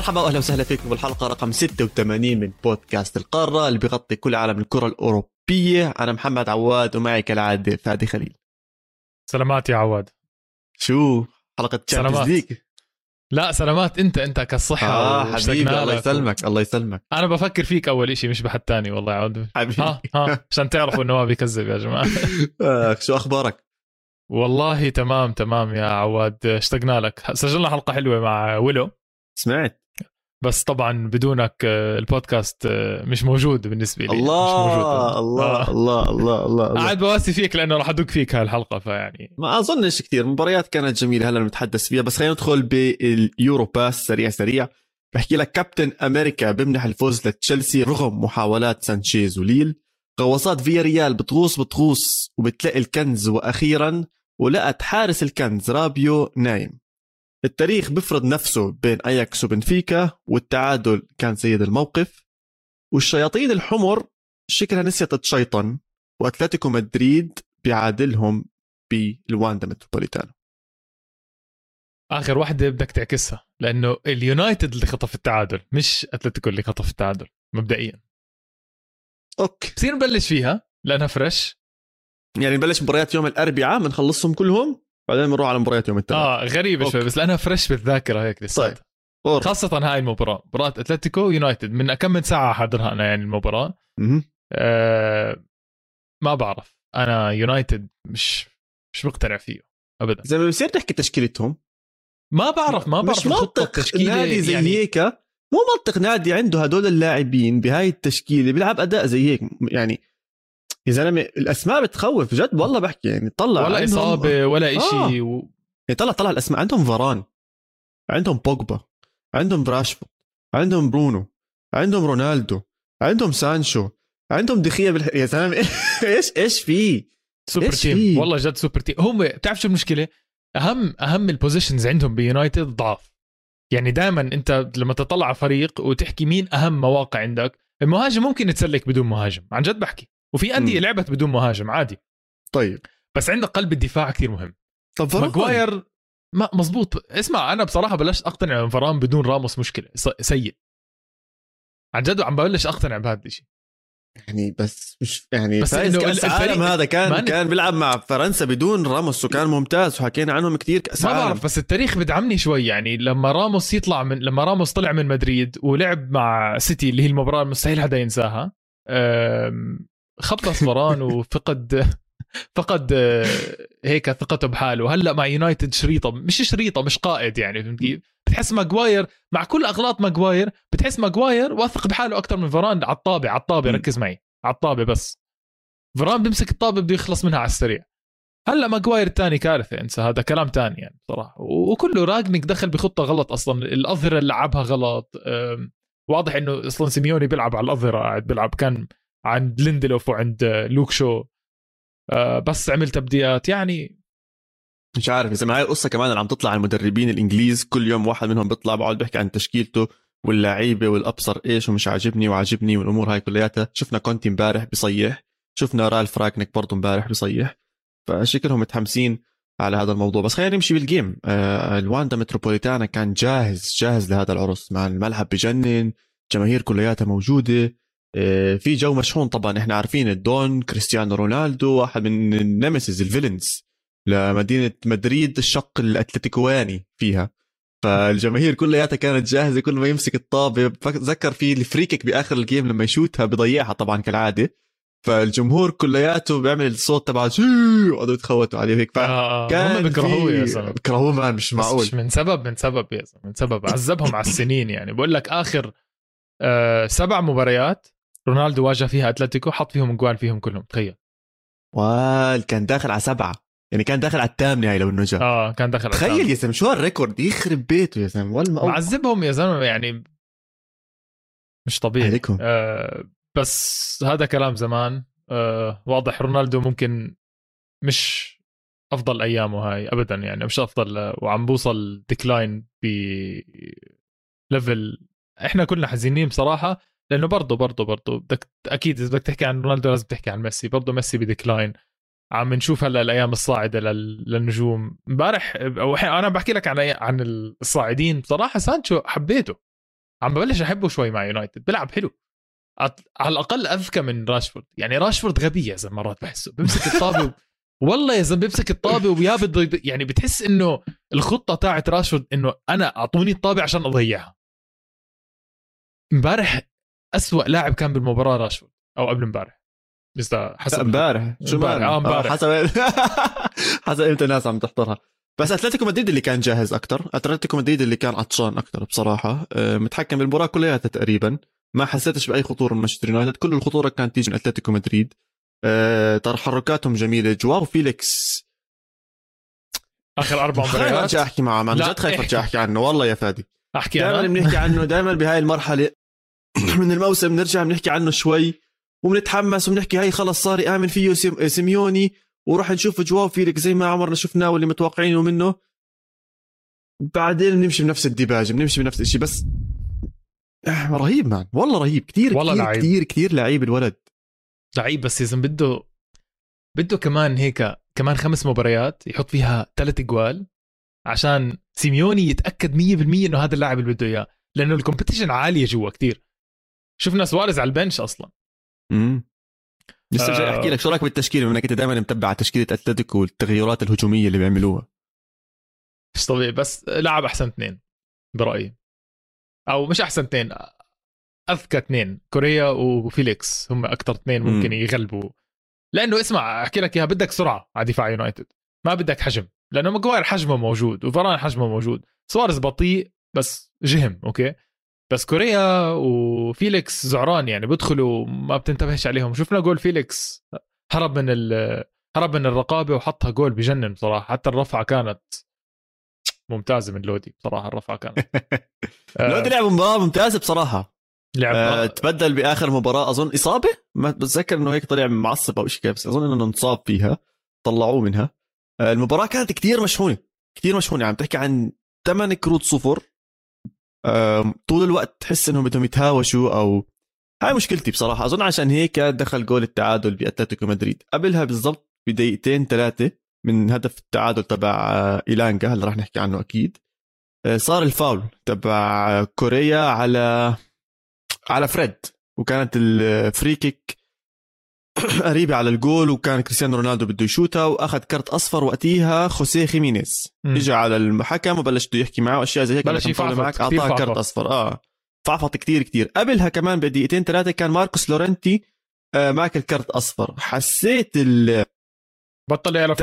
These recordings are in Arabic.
مرحبا واهلا وسهلا فيكم بالحلقه رقم 86 من بودكاست القاره اللي بيغطي كل عالم الكره الاوروبيه. انا محمد عواد ومعي كالعاده فادي خليل. سلامات يا عواد. شو حلقه تشامبيونز ليج؟ لا سلامات، انت كالصحه حبيبي الله يسلمك الله يسلمك. انا بفكر فيك اول إشي مش بحد تاني والله يا عواد. حبيبي عشان تعرفوا انه ما بيكذب يا جماعه. شو اخبارك؟ والله تمام يا عواد، اشتقنا لك. سجلنا حلقه حلوه مع ويلو، سمعت، بس طبعا بدونك البودكاست مش موجود بالنسبه لي. الله مش موجود. الله قاعد بواسي فيك لانه راح ادق فيك هاي الحلقه، فيعني ما اظنش كثير. مباريات كانت جميله هلا نتحدث فيها، بس خلينا ندخل باليورو باس سريع. بحكي لك كابتن امريكا بمنح الفوز لتشيلسي رغم محاولات سانشيز وليل. غواصات فيا ريال بتغوص وبتلاقي الكنز، واخيرا ولقت حارس الكنز رابيو نايم. التاريخ بفرض نفسه بين اياكس وبنفيكا، والتعادل كان سيد الموقف. والشياطين الحمر شكلها نسيت تشيطن، واتلتيكو مدريد بيعادلهم بالواندا متروبوليتانو. اخر واحده بدك تعكسها، لانه اليونايتد اللي خطف التعادل مش اتلتيكو اللي خطف التعادل مبدئيا. اوكي بصير نبلش فيها لانها فريش، يعني نبلش مباريات يوم الاربعاء بنخلصهم كلهم، بعدين بنروح على مباريات يوم الثلاثاء. غريبه شوي بس لانها فريش بالذاكره هيك لسه. طيب. خاصه هاي مباراه اتلتيكو يونايتد من كم من ساعه حاضرها انا، يعني المباراه ما بعرف. انا يونايتد مش مقتنع فيه ابدا. زي ما بصير نحكي تشكيلتهم، ما بعرف مش منطق نادي زي يعني هيك. مو منطق نادي عنده هدول اللاعبين بهاي التشكيله بيلعب اداء زي هيك. يعني يا زلمه الاسماء بتخوف جد والله، بحكي يعني طلع ولا اصابه ولا إشي يعني طلع الاسماء. عندهم فاران، عندهم بوجبا، عندهم براشفورد، عندهم برونو، عندهم رونالدو، عندهم سانشو، عندهم دخية يا زلمه ايش في سوبر تيم والله جد سوبر تيم. هم بتعرف شو المشكله؟ اهم البوزيشنز عندهم بيونايتد ضعف. يعني دائما انت لما تطلع على فريق وتحكي مين اهم مواقع عندك، المهاجم ممكن يتسلك بدون مهاجم، عن جد بحكي. وفي انديه لعبت بدون مهاجم عادي. طيب بس عندك قلب الدفاع كتير مهم. طب ماغواير ما مزبوط. اسمع انا بصراحه بلشت اقتنع من فران بدون راموس مشكله سيء. عن جد عم ببلش اقتنع بهذا الشيء. يعني بس مش يعني بس فايز إنه كأس عالم هذا كان بيلعب مع فرنسا بدون راموس وكان ممتاز، وحكينا عنهم كتير كأس عالم. ما بعرف بس التاريخ بدعمني شوي. يعني لما راموس طلع من مدريد ولعب مع سيتي اللي هي المباراة المستحيل حدا ينساها، خبص فران فقد هيك ثقته بحاله. هلا مع يونايتد مش قائد. يعني فهمت كيف؟ بتحس ماغواير مع كل اغلاط ماغواير، بتحس ماغواير واثق بحاله اكثر من فران. على الطابه ركز معي على الطابه، بس فران بيمسك الطابه بده يخلص منها على السريع. هلا ماغواير الثاني كارثه، انسى، هذا كلام تاني يعني بصراحه. وكله راجنك دخل بخطه غلط اصلا. الاظهره اللي لعبها غلط. واضح انه اصلا سيميوني بيلعب على الاظهره، قاعد بيلعب كان عند ليندلوف وعند لوك شو، بس عمل تبديات. يعني مش عارف اذا ما هاي القصه كمان اللي عم تطلع على المدربين الانجليز. كل يوم واحد منهم بيطلع بقعد بيحكي عن تشكيلته واللاعيبه والابصر ايش ومش عاجبني والامور هاي كلياتها. شفنا كونتي امبارح بيصيح، شفنا رالف راكنيك برضه امبارح بيصيح، فشكلهم متحمسين على هذا الموضوع. بس خلينا نمشي بالجيم. الواندا متروبوليتانا كان جاهز لهذا العرس، مع الملعب بجنن، جماهير كلياتها موجوده، في جو مشحون. طبعا احنا عارفين الدون كريستيانو رونالدو واحد من النمسيس الفيلنز لمدينه مدريد، الشق الاتلتيكواني فيها. فالجماهير كلياتها كانت جاهزه، كل ما يمسك الطابه بتذكر في الفريكك باخر الجيم لما يشوتها بضيعها طبعا كالعاده، فالجمهور كلياته بيعمل الصوت تبع وقعدوا يتخوتوا عليه هيك. كان هم بيكرهوه يا زلمه، بيكرهوه مش معقول. من سبب يا زلمه، من سبب عذبهم على السنين. يعني بقول لك اخر 7 مباريات رونالدو واجه فيها اتلتيكو حط فيهم جوال فيهم كلهم. تخيل كان داخل على 7، يعني كان داخل على 8 هاي لو انه جاء. كان داخل على تخيل يا زلمه شو هالريكورد، يخرب بيته يا زلمه والله معذبهم يا زلمه. يعني مش طبيعي. بس هذا كلام زمان. واضح رونالدو ممكن مش افضل ايامه هاي ابدا، يعني مش افضل، وعم بوصل ديكلاين بليفل. احنا كلنا حزينين بصراحه، لانه برضه بدك اكيد اذا بدك تحكي عن رونالدو لازم تحكي عن ميسي. برضه ميسي بديكلاين. عم نشوف هلا الايام الصاعده للنجوم. امبارح انا بحكي لك عن الصاعدين بصراحه. سانشو حبيته، عم ببلش احبه شوي مع يونايتد، بيلعب حلو على الاقل اذكى من راشفورد. يعني راشفورد غبي يا زلمه، مرات بحسه بيمسك الطابه والله يا زلمه بيمسك الطابه ويا بده، يعني بتحس انه الخطه تاعت راشفورد انه انا اعطوني الطابه عشان اضيعها. امبارح أسوأ لاعب كان بالمباراه راشفورد، او قبل امبارح، بس حسب امبارح شو امبارح حسب حسب امتى الناس عم تحضرها. بس اتلتيكو مدريد اللي كان جاهز اكثر، اتلتيكو مدريد اللي كان عطشان اكثر بصراحه. متحكم بالمباراه كلياتها تقريبا، ما حسيتش باي خطوره من مانشستر يونايتد، كل الخطوره كانت تيجي من اتلتيكو مدريد. تحركاتهم جميله. جواو فيليكس اخر 4 مباريات خايف احكي معه، عن جد خايف احكي عنه والله يا فادي. احكي دائما بنحكي عنه، دائما بهاي المرحله من الموسم نرجع بنحكي عنه شوي وبنتحمس وبنحكي هاي خلص صار يآمن فيه سيميوني وراح نشوف جواو فيليكس زي ما عمرنا شفناه واللي متوقعينه منه. بعدين بنمشي بنفس الديباج، بنمشي بنفس الشيء. بس رهيب مان، والله رهيب كتير والله كتير, لعيب. كتير كتير لعيب الولد، لعيب. بس إذا بده كمان هيك كمان 5 مباريات يحط فيها 3 جوال عشان سيميوني يتأكد 100% إنه هذا اللاعب اللي بده إياه، لأنه الكومبيتيشن عالية جوا كتير. شفنا سواريز على البنش أصلا. لسه جاي أحكي لك شو رأيك بالتشكيلة، منك أنت دائما متبع تشكيلة أتلتيكو والتغيرات الهجومية اللي بيعملوها. مش طبيعي، بس لعب أحسن 2 برأيي، أو مش أحسن 2، أذكى 2. كوريا وفيليكس هم أكتر 2 ممكن يغلبوا، لأنه اسمع أحكي لك إياها، بدك سرعة على دفاع يونايتد، ما بدك حجم، لأنه ماغواير حجمه موجود وفران حجمه موجود، سواريز بطيء بس جهم أوكي. بس كوريا وفيليكس زعران، يعني بدخلوا ما بتنتبهش عليهم. شفنا جول فيليكس هرب من الرقابة وحطها جول بجنن بصراحة. حتى الرفعة كانت ممتازة من لودي بصراحة، الرفعة كانت لودي لعب مباراة ممتازة بصراحة. لعب تبدل بآخر مباراة أظن إصابة، ما بتذكر إنه هيك طلع معصب أو شيء، بس أظن إنه انصاب فيها طلعوه منها. المباراة كانت كتير مشحونة كتير مشحونة، عم تحكي عن 8 كروت صفر. طول الوقت تحس إنهم بدهم يتهاوشوا، أو هاي مشكلتي بصراحة. أظن عشان هيك دخل جول التعادل بأتلتيكو مدريد. قبلها بالضبط بدقيقتين 3 من هدف التعادل تبع إيلانجا اللي راح نحكي عنه أكيد، صار الفاول تبع كوريا على فريد، وكانت الفري كيك قريبة على الجول، وكان كريستيانو رونالدو بده يشوتها، وأخذ كرت أصفر وقتها خوسيه خيمينيز. اجى على المحكم وبلش بده يحكي معه أشياء زي هيك، بلش يفعفط معك، أعطاه كرت أصفر. فعفط كتير. قبلها كمان بدقيقتين 3 كان ماركوس لورنتي ماكل كرت أصفر. حسيت بطل يعرف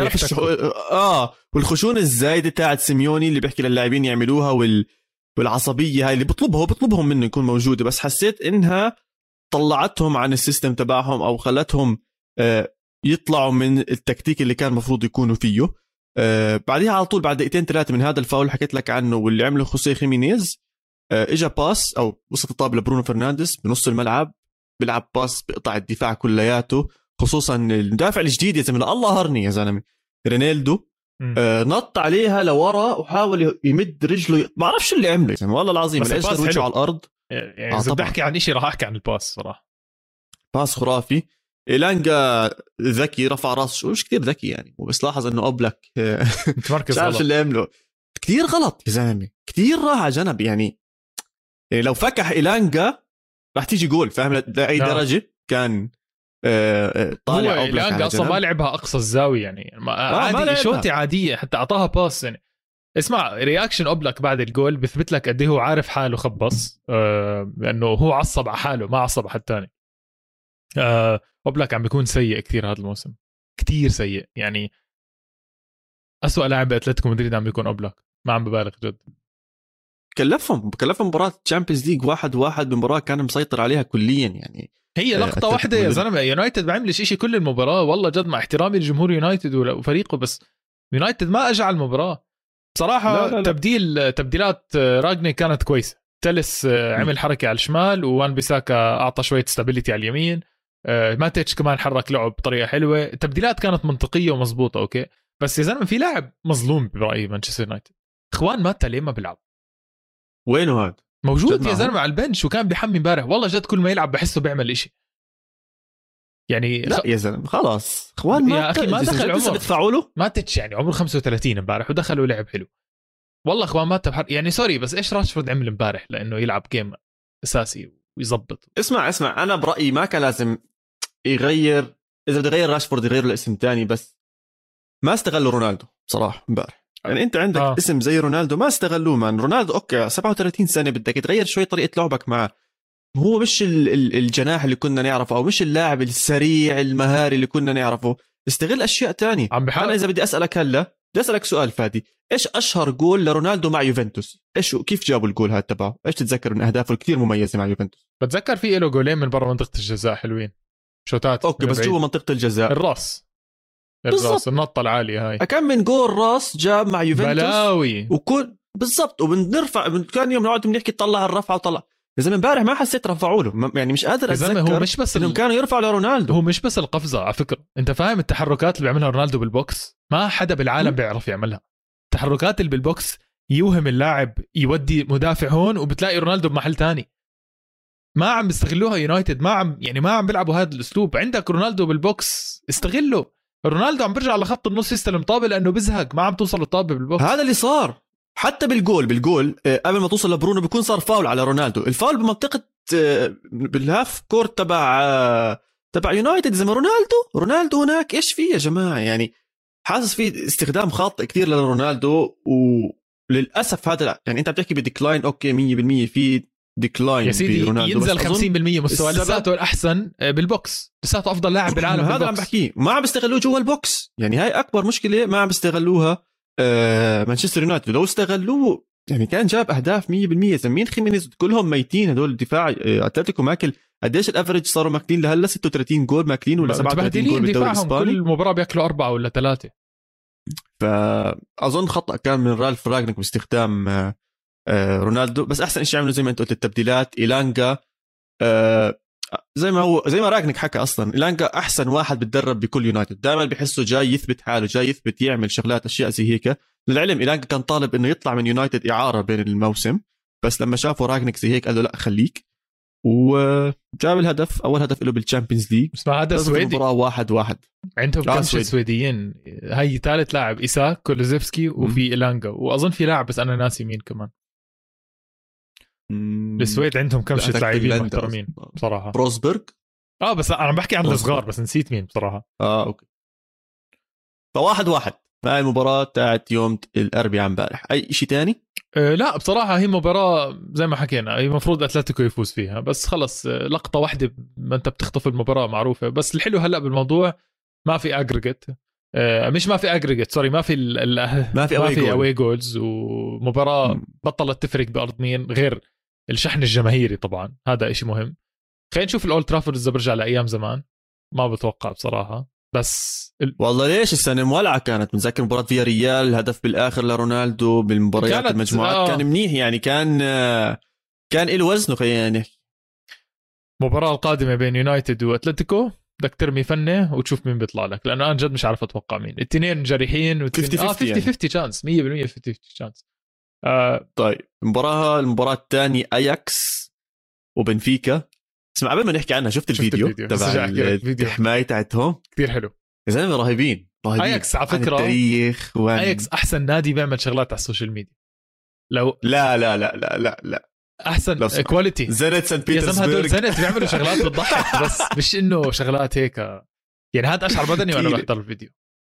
والخشونة الزايدة تاعت سيميوني اللي بيحكي للاعبين يعملوها، والعصبية هاي اللي بطلبهم منه يكون موجودة. بس حسيت إنها طلعتهم عن السيستم تبعهم، أو خلتهم يطلعوا من التكتيك اللي كان مفروض يكونوا فيه. بعدها على طول بعد دقيقتين 3 من هذا الفاول حكيت لك عنه واللي عمله خوسيه خيمينيز، اجا باس أو وسط الطابة لبرونو فرنانديز بنص الملعب، بيلعب باس بيقطع الدفاع كلياته، خصوصا المدافع الجديد يا زلمه، الله هرني يا زلمه رينيلدو. نط عليها لورا وحاول يمد رجله، ما اعرف شو اللي عمله يعني، والله العظيم الاجر وجهه على الارض. يعني اذا بدي احكي عن شيء راح احكي عن الباس صراحه، باس خرافي. إيلانجا ذكي، رفع راسه، مش كتير ذكي يعني، وبس لاحظ انه أوبلاك متمركز غلط، شو اللي عمله كتير غلط يا زلمه، كتير راح على جنب. يعني لو فكح إيلانجا راح تيجي جول، فاهم لأي درجه كان طالع. هو إيلانجا اصلا ما لعبها اقصى الزاويه، يعني عادي شوتي عاديه، حتى اعطاها باس. يعني اسمع رياكشن اوبلاك بعد الجول بثبت لك قد ايه هو عارف حاله خبص، لانه هو عصب على حاله ما عصب على حد ثاني. اوبلاك عم بيكون سيء كثير هذا الموسم، كتير سيء. يعني أسوأ لاعب بأتلتيكو مدريد عم بيكون اوبلاك، ما عم ببالغ جد. كلفهم مباراة تشامبيونز ليج 1-1 بمباراة كان مسيطر عليها كليا. يعني هي لقطة واحدة يا زلمة، يونايتد ما عملش إشي كل المباراة والله جد، مع احترامي لجمهور يونايتد وفريقه، بس يونايتد ما أجع المباراة بصراحة. لا. تبديلات راجني كانت كويسة. تلس عمل حركة على الشمال، ووان بيساكا أعطى شوية ستابيليتي على اليمين، ماتيتش كمان حرك لعب بطريقة حلوة. التبديلات كانت منطقية ومزبوطة أوكي. بس يا زلمة في لاعب مظلوم برأيي مانشستر يونايتد، إخوان ماتا ليه ما بيلعب؟ وينه هاد؟ موجود يا زلمة على البنش، وكان بيحمي امبارح والله جد، كل ما يلعب بحسه بيعمل إشي يعني. لا يا زلمة خلاص اخوان، يا اخي ما دخل عمره، بدفعوا له ماتش يعني عمره 35 امبارح ودخل ولعب حلو والله. اخوان مات يعني سوري، بس ايش راشفورد عمل امبارح لانه يلعب جيم اساسي ويزبط. اسمع انا برايي ما كان لازم يغير. اذا بده يغير راشفورد يغير له اسم تاني، بس ما استغلوا رونالدو بصراحه امبارح. يعني انت عندك اسم زي رونالدو ما استغلوه. مان رونالدو اوكي 37 سنه، بدك تغير شوي طريقه لعبك معه. هو مش الجناح اللي كنا نعرفه، او مش اللاعب السريع المهاري اللي كنا نعرفه. استغل اشياء تانية. انا اذا بدي اسالك هلا، بدي اسالك سؤال فادي، ايش اشهر جول لرونالدو مع يوفنتوس؟ ايش كيف جابوا الجول هذا تبعه؟ ايش تتذكر من اهدافه الكثير مميزه مع يوفنتوس؟ بتذكر في له جولين من برا منطقه الجزاء حلوين، شوتات اوكي بس جوا منطقه الجزاء. الراس النطه العاليه هاي. كم من جول راس جاب مع يوفنتوس بلاوي وكل بالضبط. وبنرفع كان يوم نقعد بنحكي طلع الرفعه وطلع. يا زلمه امبارح ما حسيت رفعوا له، يعني مش قادر اتذكر. هو مش بس انهم كانوا يرفعوا لرونالدو. هو مش بس القفزه على فكره. انت فاهم التحركات اللي بيعملها رونالدو بالبوكس ما حدا بالعالم بيعرف يعملها. التحركات اللي بالبوكس يوهم اللاعب يودي مدافع هون، وبتلاقي رونالدو بمحل تاني. ما عم بيستغلوها يونايتد، ما عم بيلعبوا هذا الاسلوب. عندك رونالدو بالبوكس استغله. رونالدو عم بيرجع لخط النص يستلم طابه لانه بزهق، ما عم توصل الطابه بالبوكس. هذا اللي صار حتى بالجول قبل ما توصل لبرونو بيكون صار فاول على رونالدو. الفاول بمنطقه بالهاف كورت تبع يونايتد. زي ما رونالدو هناك ايش فيه يا جماعه؟ يعني حاسس في استخدام خاطئ كتير لرونالدو. وللاسف هذا يعني انت بتحكي بديكلاين اوكي 100% في ديكلاين يا سيدي برونالدو، ينزل 50% مستوى. لساته الاحسن بالبوكس، لساته افضل لاعب بالعالم هذا عم بحكيه. ما عم بيستغلوه جوا البوكس. يعني هاي اكبر مشكله، ما عم بيستغلوها مانشستر يونايتد. لو استغلوه يعني كان جاب اهداف 100%. زمين خيمينيز كلهم ميتين هدول الدفاع. اتلتيكو ماكل قديش الافريج صاروا ماكلين لهلا 36 جول ماكلين ولا 37 جول بالدوري الاسباني. كل مباراه بياكلوا 4 ولا 3. فاظن خطا كان من رالف راغنيك باستخدام رونالدو. بس احسن شيء عملوا زي ما انت قلت التبديلات. إيلانجا زي ما راغنيك حكى اصلا، إيلانجا احسن واحد بتدرب بكل يونايتد. دائما بحسه جاي يثبت حاله، جاي يثبت يعمل شغلات اشياء زي هيك. للعلم إيلانجا كان طالب انه يطلع من يونايتد اعاره بين الموسم، بس لما شافوا راغنيك زي هيك قال له لا خليك، وجاب الهدف. اول هدف له بالتشامبيونز ليج. اسمع هذا سويدي. مباراه 1-1. عندهم كم سويديين. هاي ثالث لاعب إيساك كولوزيفسكي وفي إيلانجا، واظن في لاعب بس انا ناسي مين كمان. السويد عندهم كم شت لاعبين محترمين بصراحه. بروزبرغ بس انا بحكي عن الصغار بس نسيت مين بصراحه. اوكي. ف1-1 هاي المباراه تاعت يوم الاربعاء امبارح. اي شيء تاني؟ لا بصراحه هي مباراه زي ما حكينا، هي المفروض اتلتيكو يفوز فيها، بس خلص لقطه واحده ما انت بتخطف المباراه معروفه. بس الحلو هلا بالموضوع ما في اجريجيت، مش ما في اجريجيت سوري، ما في اواي جولز. ومباراه بطلت تفرق بارض مين غير الشحن الجماهيري. طبعا هذا إشي مهم. خلينا نشوف الأولد ترافورد إذا برجع لأيام زمان. ما بتوقع بصراحة، بس والله ليش السنة مولعة كانت. متذكر مباراة فيا ريال الهدف بالآخر لرونالدو بالمباريات المجموعات كان منيح. يعني كان له وزنه. خلينا نحكي المباراة القادمة بين يونايتد وأتلتيكو بدك ترمي فنة وتشوف مين بيطلع لك، لأنه أنا جد مش عارف أتوقع مين. الاثنين جريحين 50-50 chance 100% 50-50 chance. طيب المباراة الثانية أياكس وبنفيكا. اسمع قبل ما نحكي عنها، شفت الفيديو تبع الحماية تاعتهم؟ كتير حلو يا زلمة. رهيبين. أياكس على فكرة التاريخ أياكس أحسن نادي بيعمل شغلات على السوشيال ميديا. لو لا أحسن كواليتي. زنت سان بيترسبرغ زنت بيعملوا شغلات بتضحك بس مش إنه شغلات هيك. يعني هذا أشعر بدني وأنا بحضر الفيديو.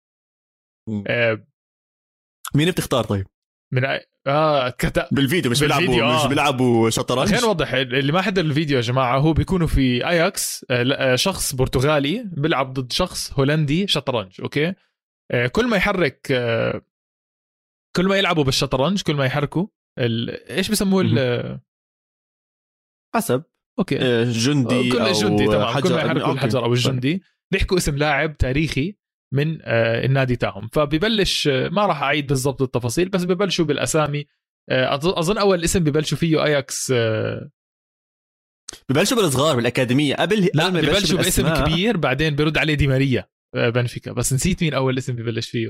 مين بتختار طيب؟ من بالفيديو مش بيلعبوا شطرنج. خلينا نوضح اللي ما حضر الفيديو يا جماعه. هو بيكونوا في اياكس شخص برتغالي بيلعب ضد شخص هولندي شطرنج. اوكي كل ما يحرك كل ما يلعبوا بالشطرنج كل ما يحركوا ايش بيسموه حسب اوكي جندي كل او جندي تمام. كل ما يحركوا الحجر او الجندي طيب. بيحكوا اسم لاعب تاريخي من النادي تاعهم. فبيبلش ما راح أعيد بالضبط التفاصيل، بس ببلشوا بالأسامي. أظن أول اسم ببلشوا فيه أياكس. ببلشوا بالصغار بالأكاديمية قبل. لا ببلشوا باسم كبير بعدين بيرد عليه دي ماريا بنفيكا. بس نسيت مين أول اسم ببلش فيه.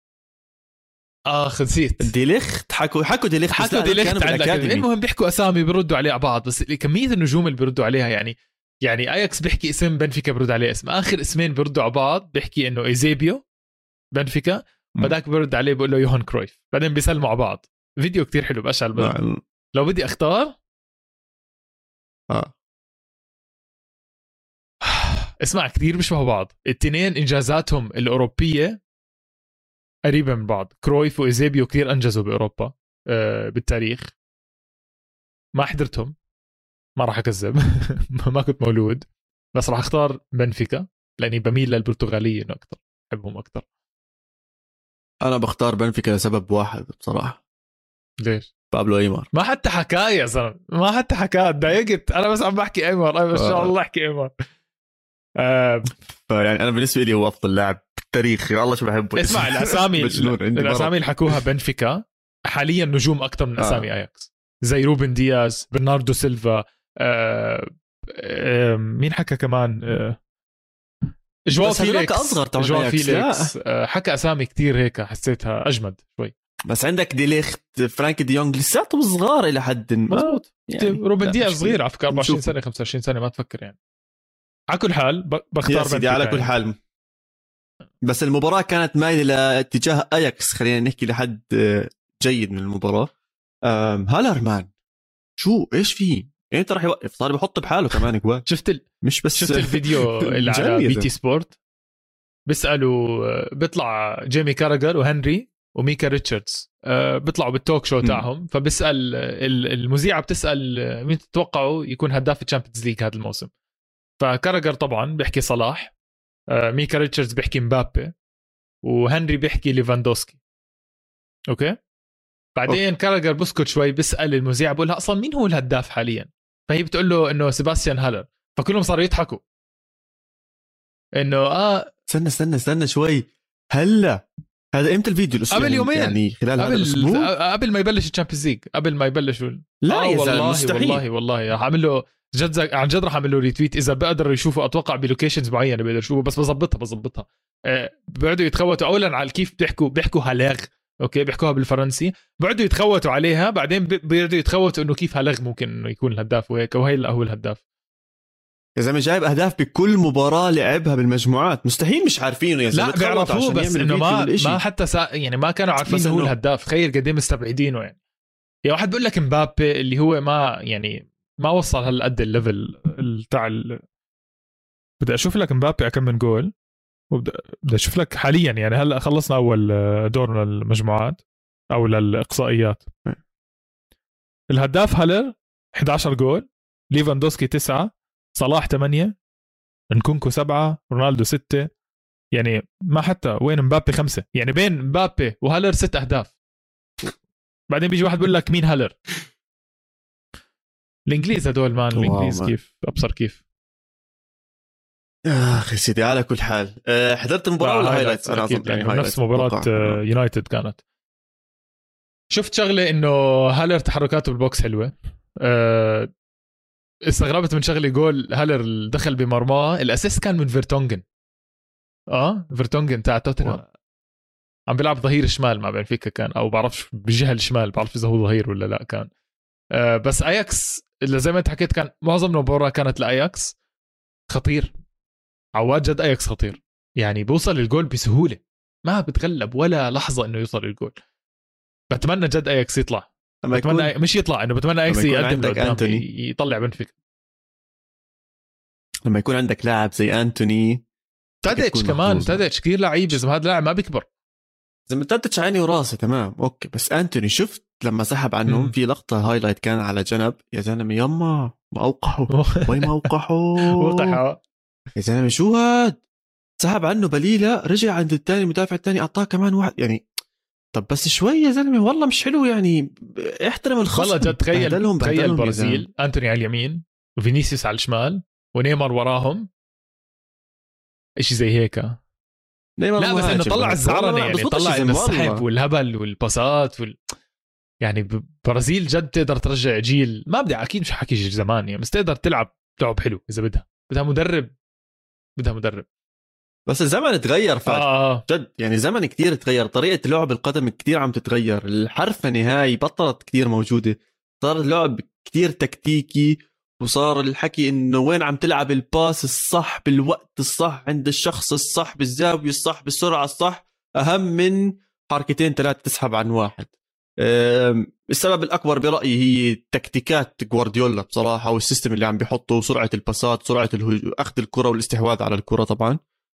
نسيت. ديليخت. حكوا ديليخت المهم بيحكوا أسامي بيردوا عليه بعض، بس كمية النجوم اللي بيردوا عليها يعني اياكس بيحكي اسم بنفيكا برد عليه اسم. اخر اسمين بيردوا على بعض بيحكي انه ايزيبيو بنفيكا، بداك برد عليه بقول له يوهان كرويف، بعدين بيسلموا على بعض. فيديو كتير حلو بأشعل لو بدي اختار اسمع، كثير بيشبهوا بعض التنين. انجازاتهم الاوروبيه قريبه من بعض. كرويف وايزيبيو كثير انجزوا باوروبا بالتاريخ. ما حضرتهم، ما راح اكذب. ما كنت مولود، بس راح اختار بنفيكا لاني بميل للبرتغاليه انه اكثر، بحبهم اكثر. انا بختار بنفيكا لسبب واحد بصراحه. ليش؟ بابلو ايمار. ما حتى حكاه يا زلمه، ما حتى حكاه، تضايقت انا بس عم بحكي ايمار. انا ما شاء الله احكي ايمار. يعني انا بالنسبه لي هو افضل لاعب بالتاريخ. يا الله شو بحبه. اسمع الاسامي الاسامي اللي حكوها بنفيكا حاليا نجوم اكثر من اسامي اياكس، زي روبن دياز، برناردو سيلفا. مين حكى كمان؟ جواو فيليكس. اصغر جواو فيليكس. حكى اسامي كتير هيك حسيتها اجمد شوي. بس عندك ديليخت، فرانك دي يونغ لساتهم صغار الى حد مضبوط. يعني روبن دياز صغير على فكره، 24 سنه 25 سنه، ما تفكر يعني. على كل حال بختار بنفيكا على كل حال. بس المباراه كانت مايله لاتجاه اياكس، خلينا نحكي لحد جيد من المباراه. هالر مان شو ايش فيه؟ انت راح يوقف، صار بيحط بحاله كمان جوال. مش بس شفت الفيديو اللي على بي تي سبورت؟ بيسالوا، بيطلع جيمي كاراجر وهنري وميكا ريتشاردز، بيطلعوا بالتوك شو تاعهم، فبسال المذيعه بتسال مين تتوقعوا يكون هداف الشامبيونز ليج هذا الموسم. فكاراجر طبعا بيحكي صلاح، ميكا ريتشاردز بيحكي مبابي، وهنري بيحكي ليفاندوسكي. اوكي. بعدين كاراجر بسكت شوي، بيسال المذيع بقول لها اصلا مين هو الهداف حاليا، فهي بتقول له انه سيباستيان هالر. فكلهم صاروا يضحكوا انه استنى شوي. هلا هذا امتى الفيديو؟ الاسبوع قبل يومين يعني خلال هذا الاسبوع، قبل ما يبلش الشامبيونز ليج، قبل ما يبلش لا يا والله مستحيل. والله هعمل له عن جد راح اعمل له ريتويت اذا بقدر يشوفه. اتوقع بلوكيشنز معينه بقدر يشوفه، بس بظبطها. بيقعدوا يتخوتوا اولا على كيف بيحكوا هالغ. اوكي، بيحكوها بالفرنسي، بيقعدوا يتخوتوا عليها، بعدين بيقعدوا يتخوتوا انه كيف هالغ ممكن انه يكون الهداف وهيك، وهي هو الهداف. يا زلمه جايب اهداف بكل مباراه لعبها بالمجموعات، مستحيل مش عارفينه يا زلمه. لا بيعرفوه، بس انه ما حتى يعني ما كانوا عارفين انه هو الهداف. تخيل قد ايه مستبعدينه يعني. يا واحد بقول لك مبابي اللي هو ما وصل هالقد الليفل بتاع بدي اشوف لك مبابي كم من جول، وبدي اشوف لك حاليا يعني. هلا خلصنا اول دور للمجموعات او للاقصائيات. الهداف هالر 11 جول، ليفاندوسكي 9، صلاح 8، نكونكو 7، رونالدو 6. يعني ما حتى وين مبابي 5. يعني بين مبابي وهالر 6 أهداف. بعدين بيجي واحد بيقول لك مين هالر؟ الانجليز هدول مان. الانجليز كيف ابصر كيف. اخي سيدي على كل حال. حضرت المباراه ولا هايلايتس؟ انا اظن يعني نفس مباراه يونايتد كانت. شفت شغله انه هالر تحركاته بالبوكس حلوه. استغربت من شغله، جول هالر دخل بمرماه، الاسيست كان من فيرتونغن. فيرتونغن تاع توتنهام، عم بيلعب ظهير شمال مع بنفيكا كان، او بعرفش بالجهه الشمال، بعرف اذا هو ظهير ولا لا كان. بس اياكس اللي زي ما انت حكيت كان معظم المباراه كانت لاياكس. خطير عواد، جد اياكس خطير يعني. بوصل الجول بسهوله، ما بتغلب ولا لحظه انه يوصل الجول. بتمنى جد اياكس يطلع، بتمنى مش يطلع، انه بتمنى اياكس يقدم لقدام يطلع بنفيكا. لما يكون عندك لاعب زي أنتوني، تاديتش كمان، تاديتش كثير لعيب. إذا هذا لاعب ما بيكبر، زي ما تاديتش عيني وراسي تمام أوكي. بس أنتوني شفت لما سحب عنهم في لقطة هايلايت كان على جنب، يا زلمة يما ما أوقحوا وين ما أوقحوا يا زلمة شو هاد. سحب عنه بليلة، رجع عند الثاني المدافع الثاني أعطاه كمان واحد يعني. طب بس شوي يا زلمة والله مش حلو يعني. احترم الخصم والله جد. تخيل البرازيل، أنتوني على اليمين وفينيسيوس على الشمال ونيمار وراهم، إشي زي هيك. لا بس انه طلع الزعرنه يعني، طلع السحب والهبل والباسات يعني برازيل جد تقدر ترجع جيل. ما بدي اكيد مش حكي زمان يعني، بس تقدر تلعب لعب حلو اذا بدها مدرب. بس الزمن تغير جد يعني. زمن كتير تغير، طريقه لعب القدم كتير عم تتغير، الحرفنه هاي بطلت كتير موجوده، صار اللعب كتير تكتيكي، وصار الحكي انه وين عم تلعب الباس الصح بالوقت الصح عند الشخص الصح بالزاوية الصح بالسرعة الصح، اهم من حركتين 3 تسحب عن واحد. السبب الأكبر برأيي هي تكتيكات جوارديولا بصراحة، والسيستم اللي عم بيحطه، سرعة الباسات، سرعة أخذ الكرة والاستحواذ على الكرة. طبعا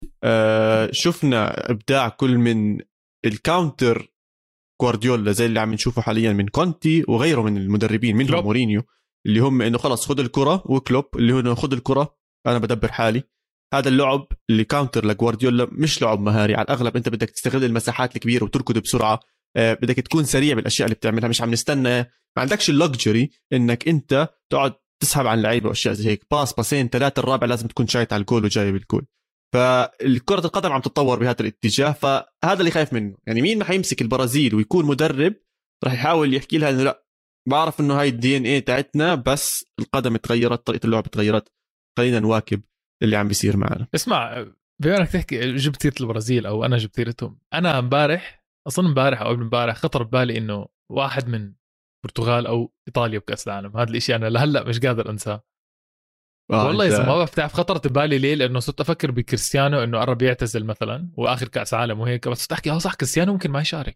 شفنا إبداع كل من الكاونتر جوارديولا زي اللي عم نشوفه حاليا من كونتي وغيره من المدربين، منهم مورينيو، اللي هم إنه خلاص خذ الكرة، وكلوب اللي هو إنه خذ الكرة أنا بدبر حالي. هذا اللعب اللي كاونتر لجوارديولا مش لعب مهاري، على الأغلب أنت بدك تستغل المساحات الكبيرة وتركض بسرعة، بدك تكون سريع بالاشياء اللي بتعملها، مش عم نستنى، ما عندكش اللوكجري انك انت تقعد تسحب عن لعيبه واشياء زي هيك، باسين 3 الرابع لازم تكون شايت على الجول وجاي بالجول. فالكرة القدم عم تتطور بهذا الاتجاه، فهذا اللي خايف منه. يعني مين ما حيمسك البرازيل ويكون مدرب راح يحاول يحكي لها انه لا، بعرف انه هاي الدي ان ايه تاعتنا، بس القدم تغيرت، طريقه اللعب تغيرت، خلينا نواكب اللي عم بيصير معنا. اسمع، بما انك تحكي جبت سيره البرازيل او انا جبت سيرتهم، انا امبارح اظن امبارح او قبل امبارح خطر ببالي انه واحد من البرتغال او ايطاليا بكاس العالم. هذا الاشي انا لهلا مش قادر انساه. والله اذا ما بفتح خطرت ببالي ليه، لانه صرت افكر بكريستيانو انه قرب يعتزل مثلا واخر كاس عالم وهيك، بس صرت احكي صح كريستيانو ممكن ما يشارك.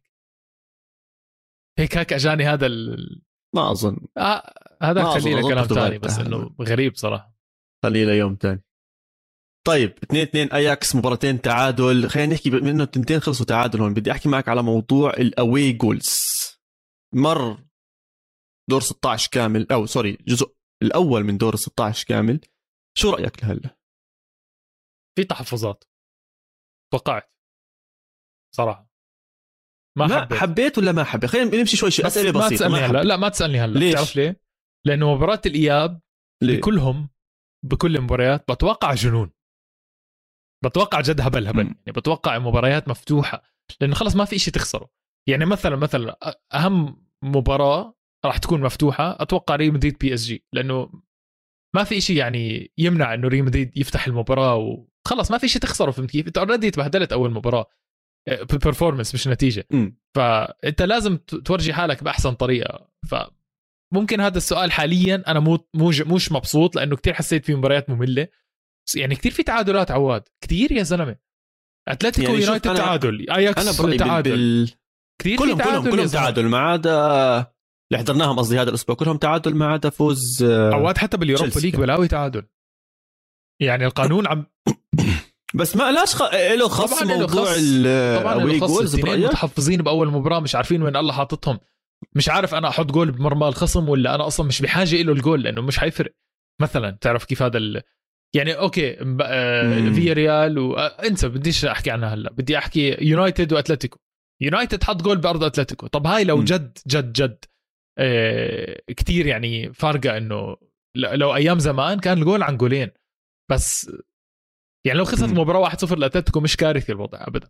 هيك اجاني هذا ما اظن هذا خليه لكلام ثاني، بس انه غريب صراحه. خليه ليوم ثاني. طيب 2-2 اياكس، مباراتين تعادل. خلينا نحكي بما انه التنتين خلصوا تعادل، هون بدي احكي معك على موضوع الاوي جولز. مر دور 16 كامل، او سوري جزء الاول من دور 16 كامل. شو رايك لهلا؟ في تحفظات، توقعت صراحه ما حبيت ولا ما حبيت؟ خلينا نمشي شوي اسئله بسيطه. ما تسالني هلا، لا ما تسالني هلا. تعرف ليه؟ لانه مباراه الاياب بكلهم بكل المباريات بتوقع جنون، بتوقع جد هبل يعني بتوقع مباريات مفتوحه، لانه خلص ما في إشي تخسره. يعني مثلا اهم مباراه راح تكون مفتوحه اتوقع ريال مدريد بي اس جي، لانه ما في إشي يعني يمنع انه ريال مدريد يفتح المباراه وخلص ما في إشي تخسره. فهمت كيف؟ انت اوريدي تبهدلت اول مباراه بالبرفورمانس مش نتيجه، فانت لازم تورجي حالك باحسن طريقه. فممكن هذا السؤال حاليا انا مش مبسوط، لانه كتير حسيت في مباريات ممله. يعني كتير في تعادلات عواد، كتير يا زلمه. اتلتيكو يعني يونايتد تعادل، اياكس تعادل، كتير كلهم تعادل، ما عدا اللي حضرناهم قصدي هذا الاسبوع كلهم تعادل ما عدا فوز عواد. حتى باليوروبا ليج بلاوي تعادل. يعني القانون عم بس ما لاش له خص موضوع الاوي جولز. متحفظين باول مباراه، مش عارفين وين الله حاططهم. مش عارف انا احط جول بمرمى الخصم ولا انا اصلا مش بحاجه له الجول، لانه مش حيفرق. مثلا تعرف كيف هذا يعني اوكي في ريال انسى، بديش احكي عنها هلا. بدي احكي يونايتد واتلتيكو. يونايتد حط جول بارض اتلتيكو. طب هاي لو جد جد جد كتير يعني فارقه، انه لو ايام زمان كان الجول عن جولين بس. يعني لو خسرت المباراه 1-0 لاتلتيكو مش كارثي الوضع ابدا.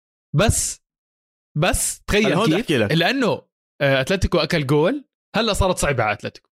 بس تخيل كيف، لانه اتلتيكو اكل جول هلا صارت صعبه على اتلتيكو.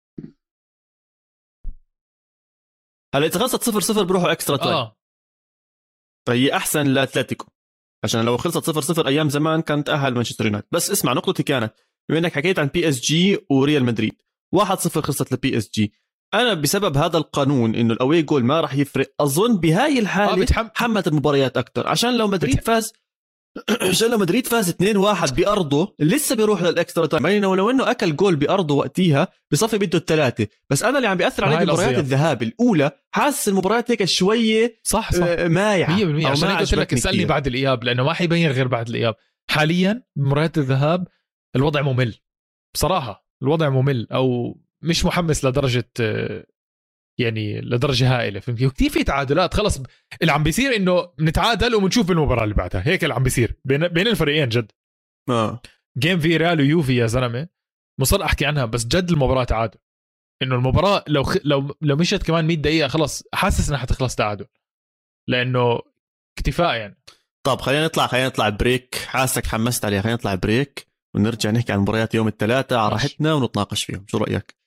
هلا اذا خلصت 0-0 بروحوا اكسترا تايم. فهي احسن لاتلتيكو، عشان لو خلصت 0-0 ايام زمان كانت تاهل مانشستر يونايتد. بس اسمع نقطتي كانت بما انك حكيت عن بي اس جي وريال مدريد، 1-0 خلصت لبي اس جي. انا بسبب هذا القانون انه الاوي جول ما راح يفرق، اظن بهاي الحاله حمت المباريات اكثر. عشان لو مدريد فاز عشان لو مدريد فاز 2-1 بأرضه لسه بيروح للإكسترا تايم. ولو إنه أكل جول بأرضه وقتها بصفي بده الثلاثة. بس أنا اللي عم بيأثر عليه مباريات الذهاب الأولى، حاسس المباريات هيك شوية صح مايعة 100%. عشان قلت لك اسألني بعد الإياب، لأنه ما حيبين غير بعد الإياب. حاليا مباريات الذهاب الوضع ممل بصراحة، الوضع ممل أو مش محمس لدرجة يعني لدرجه هائله. فهمت؟ وكثير في تعادلات. خلص اللي عم بيصير انه نتعادل وبنشوف المباراه اللي بعدها. هيك اللي عم بيصير بين الفريقين جد. جيم في ريال ويوفي يا زلمه مصر احكي عنها، بس جد المباراه تعادل. انه المباراه لو مشت كمان 100 دقيقه خلص حاسس انها حتخلص تعادل، لانه اكتفاء يعني. طب خلينا نطلع بريك. حاسك حمست عليها. خلينا نطلع بريك ونرجع نحكي عن مباريات يوم الثلاثاء على راحتنا ونتناقش فيهم. شو رايك؟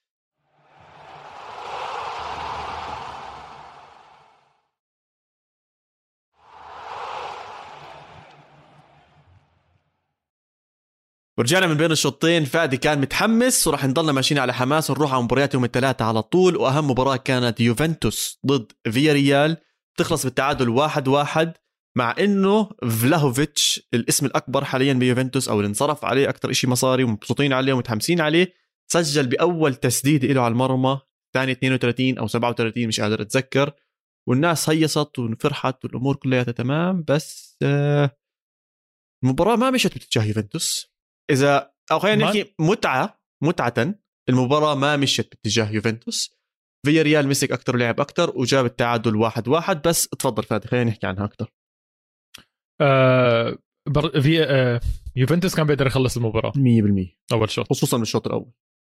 ورجعنا من بين الشوطين. فادي كان متحمس وراح نضلنا ماشيين على حماس ونروح على مباريات يوم الثلاثاء على طول. وأهم مباراة كانت يوفنتوس ضد فياريال، تخلص بالتعادل 1-1. مع انه فلاهوفيتش الاسم الاكبر حاليا بيوفنتوس او اللي انصرف عليه اكثر شيء مصاري ومبسوطين عليه ومتحمسين عليه، سجل باول تسديد له على المرمى ثاني 32 او 37 مش قادر اتذكر، والناس هيصت وفرحت والامور كلها تمام. بس المباراه ما مشت باتجاه يوفنتوس، اذا او خلينا نحكي متعه المباراه ما مشت باتجاه يوفنتوس. فيا ريال مسك اكثر ولعب اكثر وجاب التعادل 1-1. بس تفضل فادي خلينا نحكي عنها اكثر. يوفنتوس كان بيقدر يخلص المباراة 100% أول شوط، خصوصا من الشوط الأول.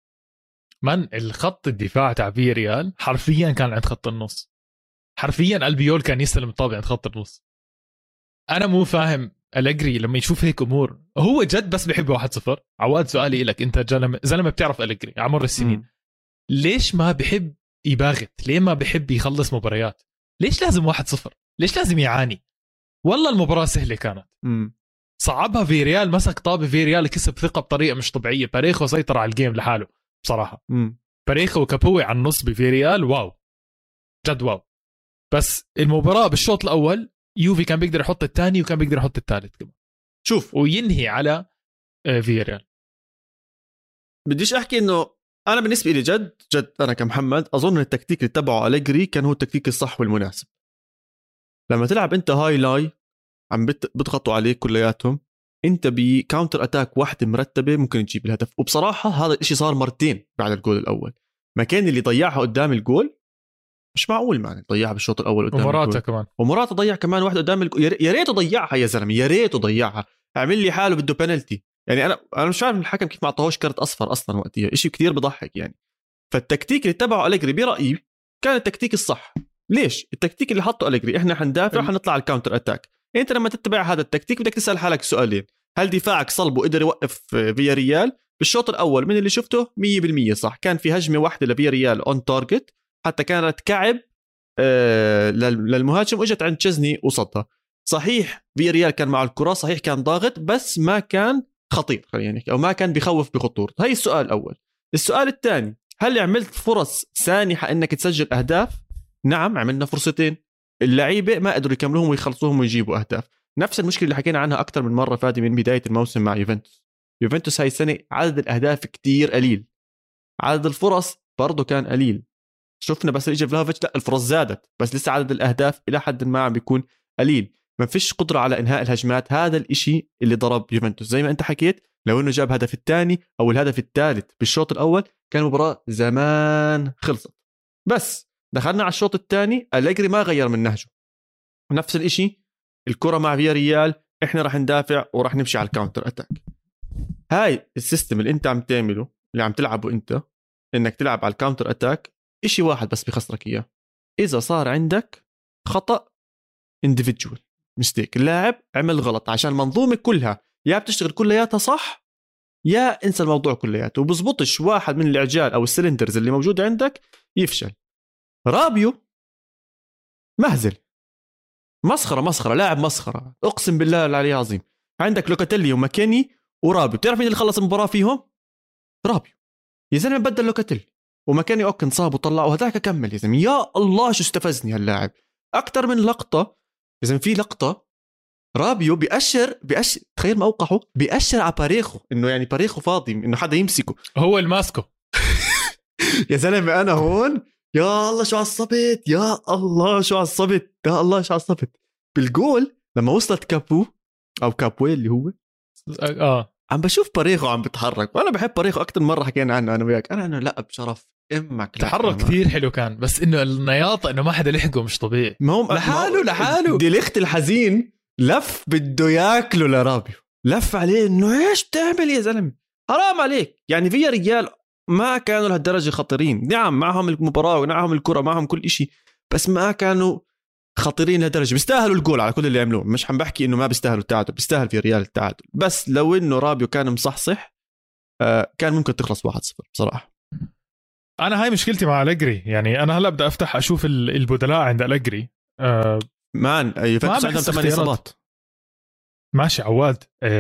من الخط الدفاع تاع فيا ريال حرفيا كان عند خط النص، حرفيا البيول كان يستلم الطابع عند خط النص. أنا مو فاهم أليجري لما يشوف هيك أمور، هو جد بس بيحب 1-0. عواد سؤالي إلك، أنت زلمة بتعرف أليجري عمر السنين، ليش ما بحب يباغت؟ ليه ما بحب يخلص مباريات؟ ليش لازم 1-0؟ ليش لازم يعاني؟ والله المباراة سهلة كانت. صعبها في ريال، مسك طابة في ريال، كسب ثقة بطريقة مش طبيعية. باريخو سيطر على الجيم لحاله بصراحة. باريخو وكابوي على النص بفي ريال، واو جد واو. بس المباراة بالشوط الأول يوفي كان بيقدر يحط الثاني وكان بيقدر يحط الثالث كمان، شوف، وينهي على في ريال. بديش أحكي إنه أنا بالنسبة لي جد أنا كمحمد أظن التكتيك اللي تبعه أليجري كان هو التكتيك الصح والمناسب. لما تلعب أنت هاي لاي عم بتغطوا عليك كلياتهم، انت بكاونتر اتاك واحدة مرتبة ممكن تجيب الهدف. وبصراحة هذا الاشي صار مرتين بعد الجول الاول. مكان اللي ضيعها قدام الجول مش معقول، معنى ضيعها بالشوط الاول قدام ومراته كمان، ومراته ضيع كمان واحدة قدام الجول. يا ريته ضيعها يا زلمة، يا ريته ضيعها. عمل لي حاله بده بنالتي. يعني انا مش عارف الحكم كيف ما اعطاهوش كرت اصفر اصلا وقتها، اشي كتير بضحك يعني. فالتكتيك اللي تبعه أليجري برأيي كان التكتيك الصح. ليش؟ التكتيك اللي حطه أليجري احنا حندافع حنطلع على الكاونتر اتاك. انت لما تتبع هذا التكتيك بدك تسأل حالك سؤالين: هل دفاعك صلب وقدر يوقف فيا ريال؟ بالشوط الاول من اللي شفته 100% صح، كان في هجمه واحده لفيا ريال اون تارجت، حتى كانت كعب للمهاجم واجت عند تشزني وصدها. صحيح فيا ريال كان مع الكره، صحيح كان ضاغط بس ما كان خطير خلينا نحكي، او ما كان بخوف بخطورته. هي السؤال الاول. السؤال الثاني: هل عملت فرص سانحه انك تسجل اهداف؟ نعم، عملنا فرصتين، اللعيبه ما قدروا يكملوهم ويخلصوهم ويجيبوا اهداف. نفس المشكله اللي حكينا عنها اكثر من مره فادي من بدايه الموسم مع يوفنتوس هاي السنه عدد الاهداف كتير قليل، عدد الفرص برضه كان قليل. شفنا بس اجى فلافيتش لا الفرص زادت، بس لسه عدد الاهداف الى حد ما عم بيكون قليل. ما فيش قدره على انهاء الهجمات. هذا الاشي اللي ضرب يوفنتوس. زي ما انت حكيت، لو انه جاب هدف الثاني او الهدف الثالث بالشوط الاول كان المباراه زمان خلصت. بس دخلنا على الشوط الثاني، أليجري ما غير من نهجه، نفس الاشي. الكرة مع فيا ريال، احنا راح ندافع وراح نمشي على الكاونتر اتاك. هاي السيستم اللي انت عم تعمله، اللي عم تلعبه انت، انك تلعب على الكاونتر اتاك، اشي واحد بس بيخسرك اياه: اذا صار عندك خطأ individual mistake، اللاعب عمل غلط، عشان المنظومة كلها يا بتشتغل كلياتها صح يا انسى الموضوع كلياته. وبزبطش واحد من العجال او السلندرز اللي موجود عندك يفشل. رابيو مهزل، مسخرة، لاعب مسخرة، اقسم بالله العلي العظيم. عندك لوكاتيلي وماكيني ورابيو، بتعرف مين اللي خلص المباراة فيهم؟ رابيو يا زلمة. بدل لوكاتيلي وماكيني اوكن صاب وطلع، وهذاك كمل يا زلمة. يا الله شو استفزني هاللاعب اكتر من لقطة يا زلمة. في لقطة رابيو بيأشر تخيل موقعه، بيأشر على باريخو انه يعني باريخو فاضي انه حدا يمسكه، هو الماسكو. يا زلمة انا هون يا الله شو عصبت، يا الله شو عصبت، يا الله شو عصبت. بالجول لما وصلت كابو او كابوي اللي هو عم بشوف باريخو عم بتحرك، وانا بحب باريخو اكثر مرة حكينا عنه انا وياك. انا لا بشرف امك تحرك كثير حلو كان، بس انه النياطة انه ما حدا لحقه مش طبيعي. ما هو لحاله دي ليخت الحزين لف بده ياكله لرابيو، لف عليه انه ايش بتعمل يا زلمه، حرام عليك. يعني في رجال ما كانوا لهالدرجه خطيرين، نعم معهم المباراه ومعهم الكره معهم كل إشي، بس ما كانوا خطيرين لهالدرجه. بيستاهلوا الجول على كل اللي عملوه، مش عم بحكي انه ما بيستاهلوا التعادل، بيستاهل في ريال التعادل. بس لو انه رابيو كان مصحصح كان ممكن تخلص 1-0 بصراحه. انا هاي مشكلتي مع أليجري، يعني انا هلا بدي افتح اشوف البدلاء عند أليجري. مان يفتش عندهم 8 اصابات. ماشي عواد.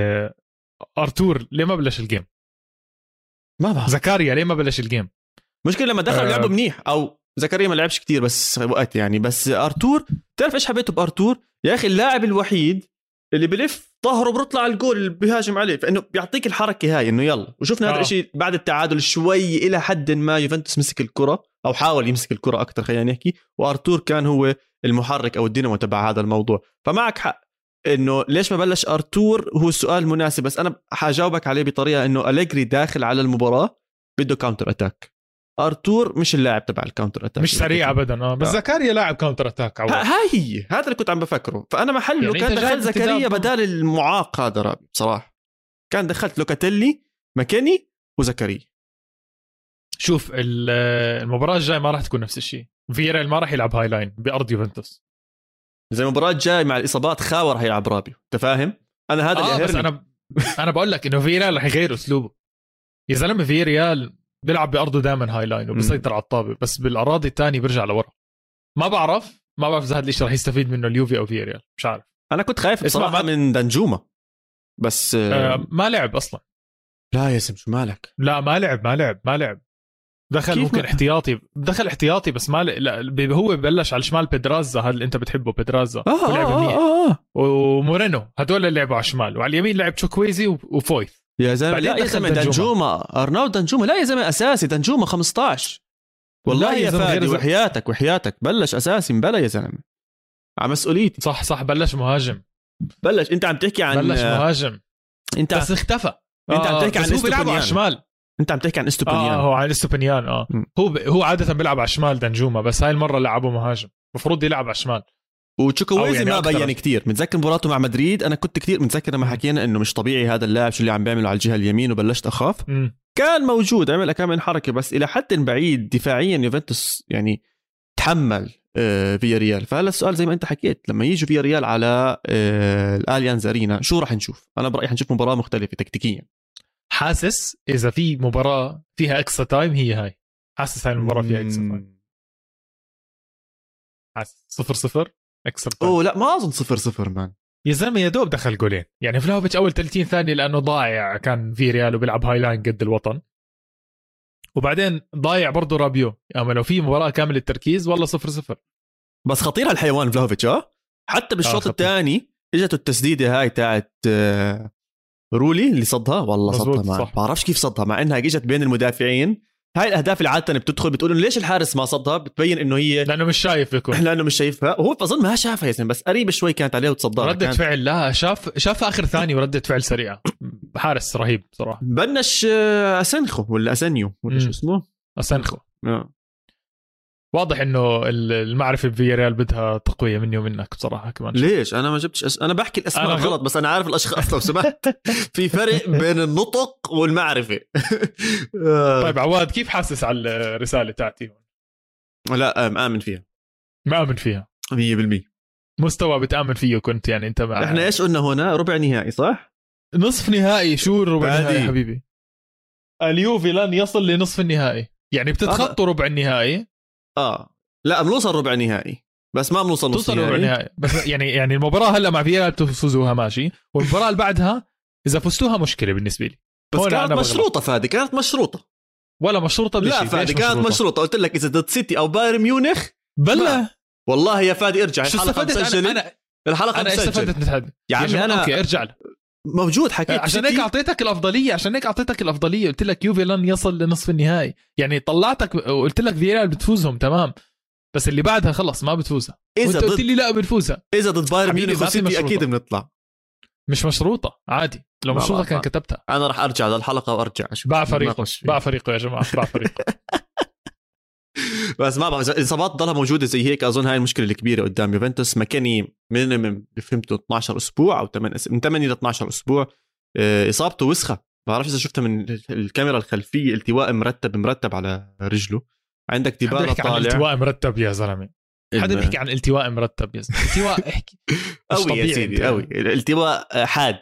ارتور ليه ما بلش الجيم؟ ما بعرف. زكاريا ليه ما بلش الجيم؟ مشكلة لما دخل لعبه منيح، او زكريا ما لعبش كتير بس وقت يعني. بس ارتور، تعرف ايش حبيته بارتور؟ يا اخي اللاعب الوحيد اللي بلف ظهره بيطلع على الجول اللي بيهاجم عليه، فانه بيعطيك الحركه هاي انه يلا. وشفنا هذا الشيء بعد التعادل شوي الى حد ما يوفنتوس مسك الكره او حاول يمسك الكره اكثر خلينا نحكي، وارتور كان هو المحرك او الدينامو تبع هذا الموضوع. فمعك حق انه ليش ما بلش ارتور، هو السؤال مناسب، بس انا حجاوبك عليه بطريقه انه أليجري داخل على المباراه بده كاونتر اتاك. ارتور مش اللاعب تبع الكاونتر اتاك، مش سريع ابدا. بس زكريا لاعب كاونتر اتاك. هاي هذا اللي كنت عم بفكره. فانا محله يعني كان دخلت زكريا بدال المعاق هذا رابي بصراحه. كان دخلت لوكاتيلي مكاني وزكريا. شوف المباراه الجايه ما راح تكون نفس الشيء. فيريال ما راح يلعب هاي لاين بارض يوفنتوس. زي المباراه الجاي مع الاصابات خاوه راح يلعب رابيو، انت فاهم؟ انا هذا اللي بس انا بقول لك انه فيريال راح يغير اسلوبه. يا زلمه فيريال بيلعب بارضه دائما هاي لاين وبيسيطر على الطابه، بس بالاراضي الثانيه بيرجع لورا. ما بعرف اذا هذا الشيء راح يستفيد منه اليوفي او فيريال، مش عارف. انا كنت خايف بصراحه من دانجوما بس ما لعب اصلا. لا يا سم شو مالك؟ لا ما لعب. دخل ممكن احتياطي، دخل احتياطي بس ما لا هو ببلش على الشمال بيدرازا، هذا اللي انت بتحبه بيدرازا ولعب منيح. ومورينو هدول اللي لعبوا على الشمال، وعلى اليمين لعب تشوكويزي وفويث. يا زلمه لا يا زلمه دانجوما ارنولد دانجوما لا يا زلمه اساسي. دانجوما 15 والله يا فادي وحياتك بلش اساسي مبلا يا زلمه على مسؤوليتي. صح بلش مهاجم. بلش انت عم تحكي عن بلش مهاجم انت بس اختفى. انت عم تحكي عن هو بيلعب على الشمال. انت عم تحكي عن استوبانيان. هو عن استوبانيان. هو عاده بيلعب على الشمال دانجوما، بس هاي المره لعبه مهاجم، المفروض يلعب على الشمال. وتشوكويزي يعني ما بين كتير. متذكر مباراته مع مدريد انا كنت كتير متذكر لما حكينا انه مش طبيعي هذا اللاعب شو اللي عم بيعمله على الجهه اليمين، وبلشت اخاف. كان موجود عمل كم من حركه، بس الى حد بعيد دفاعيا يوفنتوس يعني تحمل فيا ريال. فهلا السؤال زي ما انت حكيت، لما يجوا فيا ريال على الاليانز ارينا شو راح نشوف؟ انا برايي حنشوف مباراه مختلفه تكتيكيا. حاسس اذا في مباراه فيها اكسترا تايم هي هاي. حاسس هاي المباراه فيها اكسترا تايم. حاسس 0-0 اكسترا تايم. لا ما اظن 0-0 مان. يا زلمه يا دوب دخل جولين يعني. فلاوفيتش اول 30 ثانيه لانه ضايع، كان في ريال وبيلعب هاي لاين قد الوطن، وبعدين ضايع برضه رابيو. اما لو في مباراه كامل التركيز والله 0-0. بس خطير هالحيوان فلاوفيتش. حتى بالشوط الثاني اجته التسديده هاي تاعت رولي اللي صدها، والله صدها ما بعرفش كيف صدها، مع انها اجت بين المدافعين. هاي الاهداف اللي عاده بتدخل بتقول انه ليش الحارس ما صدها، بتبين انه هي لانه مش شايف يكون لانه مش شايفها. وهو اظن ما شافها ياسين، بس قريبه شوي كانت عليه وتصدها. ردة فعل لا شاف اخر ثانيه وردة فعل سريعه. حارس رهيب صراحه. بنش اسنخو ولا اسنيو ولا شو اسمه، اسنخو. واضح انه المعرفه بفياريال بدها تقويه مني ومنك بصراحه كمان. ليش انا ما جبتش انا بحكي الاسماء غلط، بس انا عارف الاشخاص لو سمحت. في فرق بين النطق والمعرفه. طيب عواد كيف حاسس على الرساله تاعتي؟ لا مآمن فيها. 100% مستوى بتآمن فيه كنت يعني. انت مع احنا ايش قلنا هنا؟ ربع نهائي صح؟ نصف نهائي. شو ربع نهائي حبيبي؟ اليوفي لن يصل لنصف النهائي يعني. بتتخطوا ربع النهائي. لا بنوصل ربع نهائي بس ما بنوصل نص نهائي. ربع نهائي بس يعني المباراه هلا مع فيريال بتفوزوها ماشي، والمباراه اللي بعدها اذا فزتوها مشكله بالنسبه لي. بس كانت مشروطه فادي، كانت مشروطه ولا مشروطه لا فادي كانت مشروطه. قلت لك اذا ضد سيتي او بايرن ميونخ بلا والله يا فادي ارجع الحلقه مسجله. الحلقه انا استفدت نتحدث يا عمي. انا اوكي ارجع موجود حكيت عشان هيك اعطيتك الافضليه. قلت لك يوفي لن يصل لنصف النهائي يعني. طلعتك وقلت لك فيريال بتفوزهم تمام، بس اللي بعدها خلص ما بتفوزها. وانت قلت لي لا بنفوزها. اذا ضد بايرن ميونخ وسيتي اكيد بنطلع. مش مشروطه عادي. لو مشروطه كان كتبتها. انا راح ارجع للحلقه وارجع اشوف باع فريقه يا جماعه. باع فريقه. بس ما بعرف الاصابات ضلها موجوده زي هيك. اظن هاي المشكله الكبيره قدام يوفنتوس. مكاني من فهمته 12 اسبوع او 8 ل 12 اسبوع. اصابته وسخه. ما بعرفش اذا شفتها من الكاميرا الخلفيه. التواء مرتب على رجله. عندك ديبالا طالع. التواء مرتب يا زلمه. حدا بيحكي عن التواء مرتب يا زلمه. التواء احكي قوي يا سيدي قوي. الالتواء حاد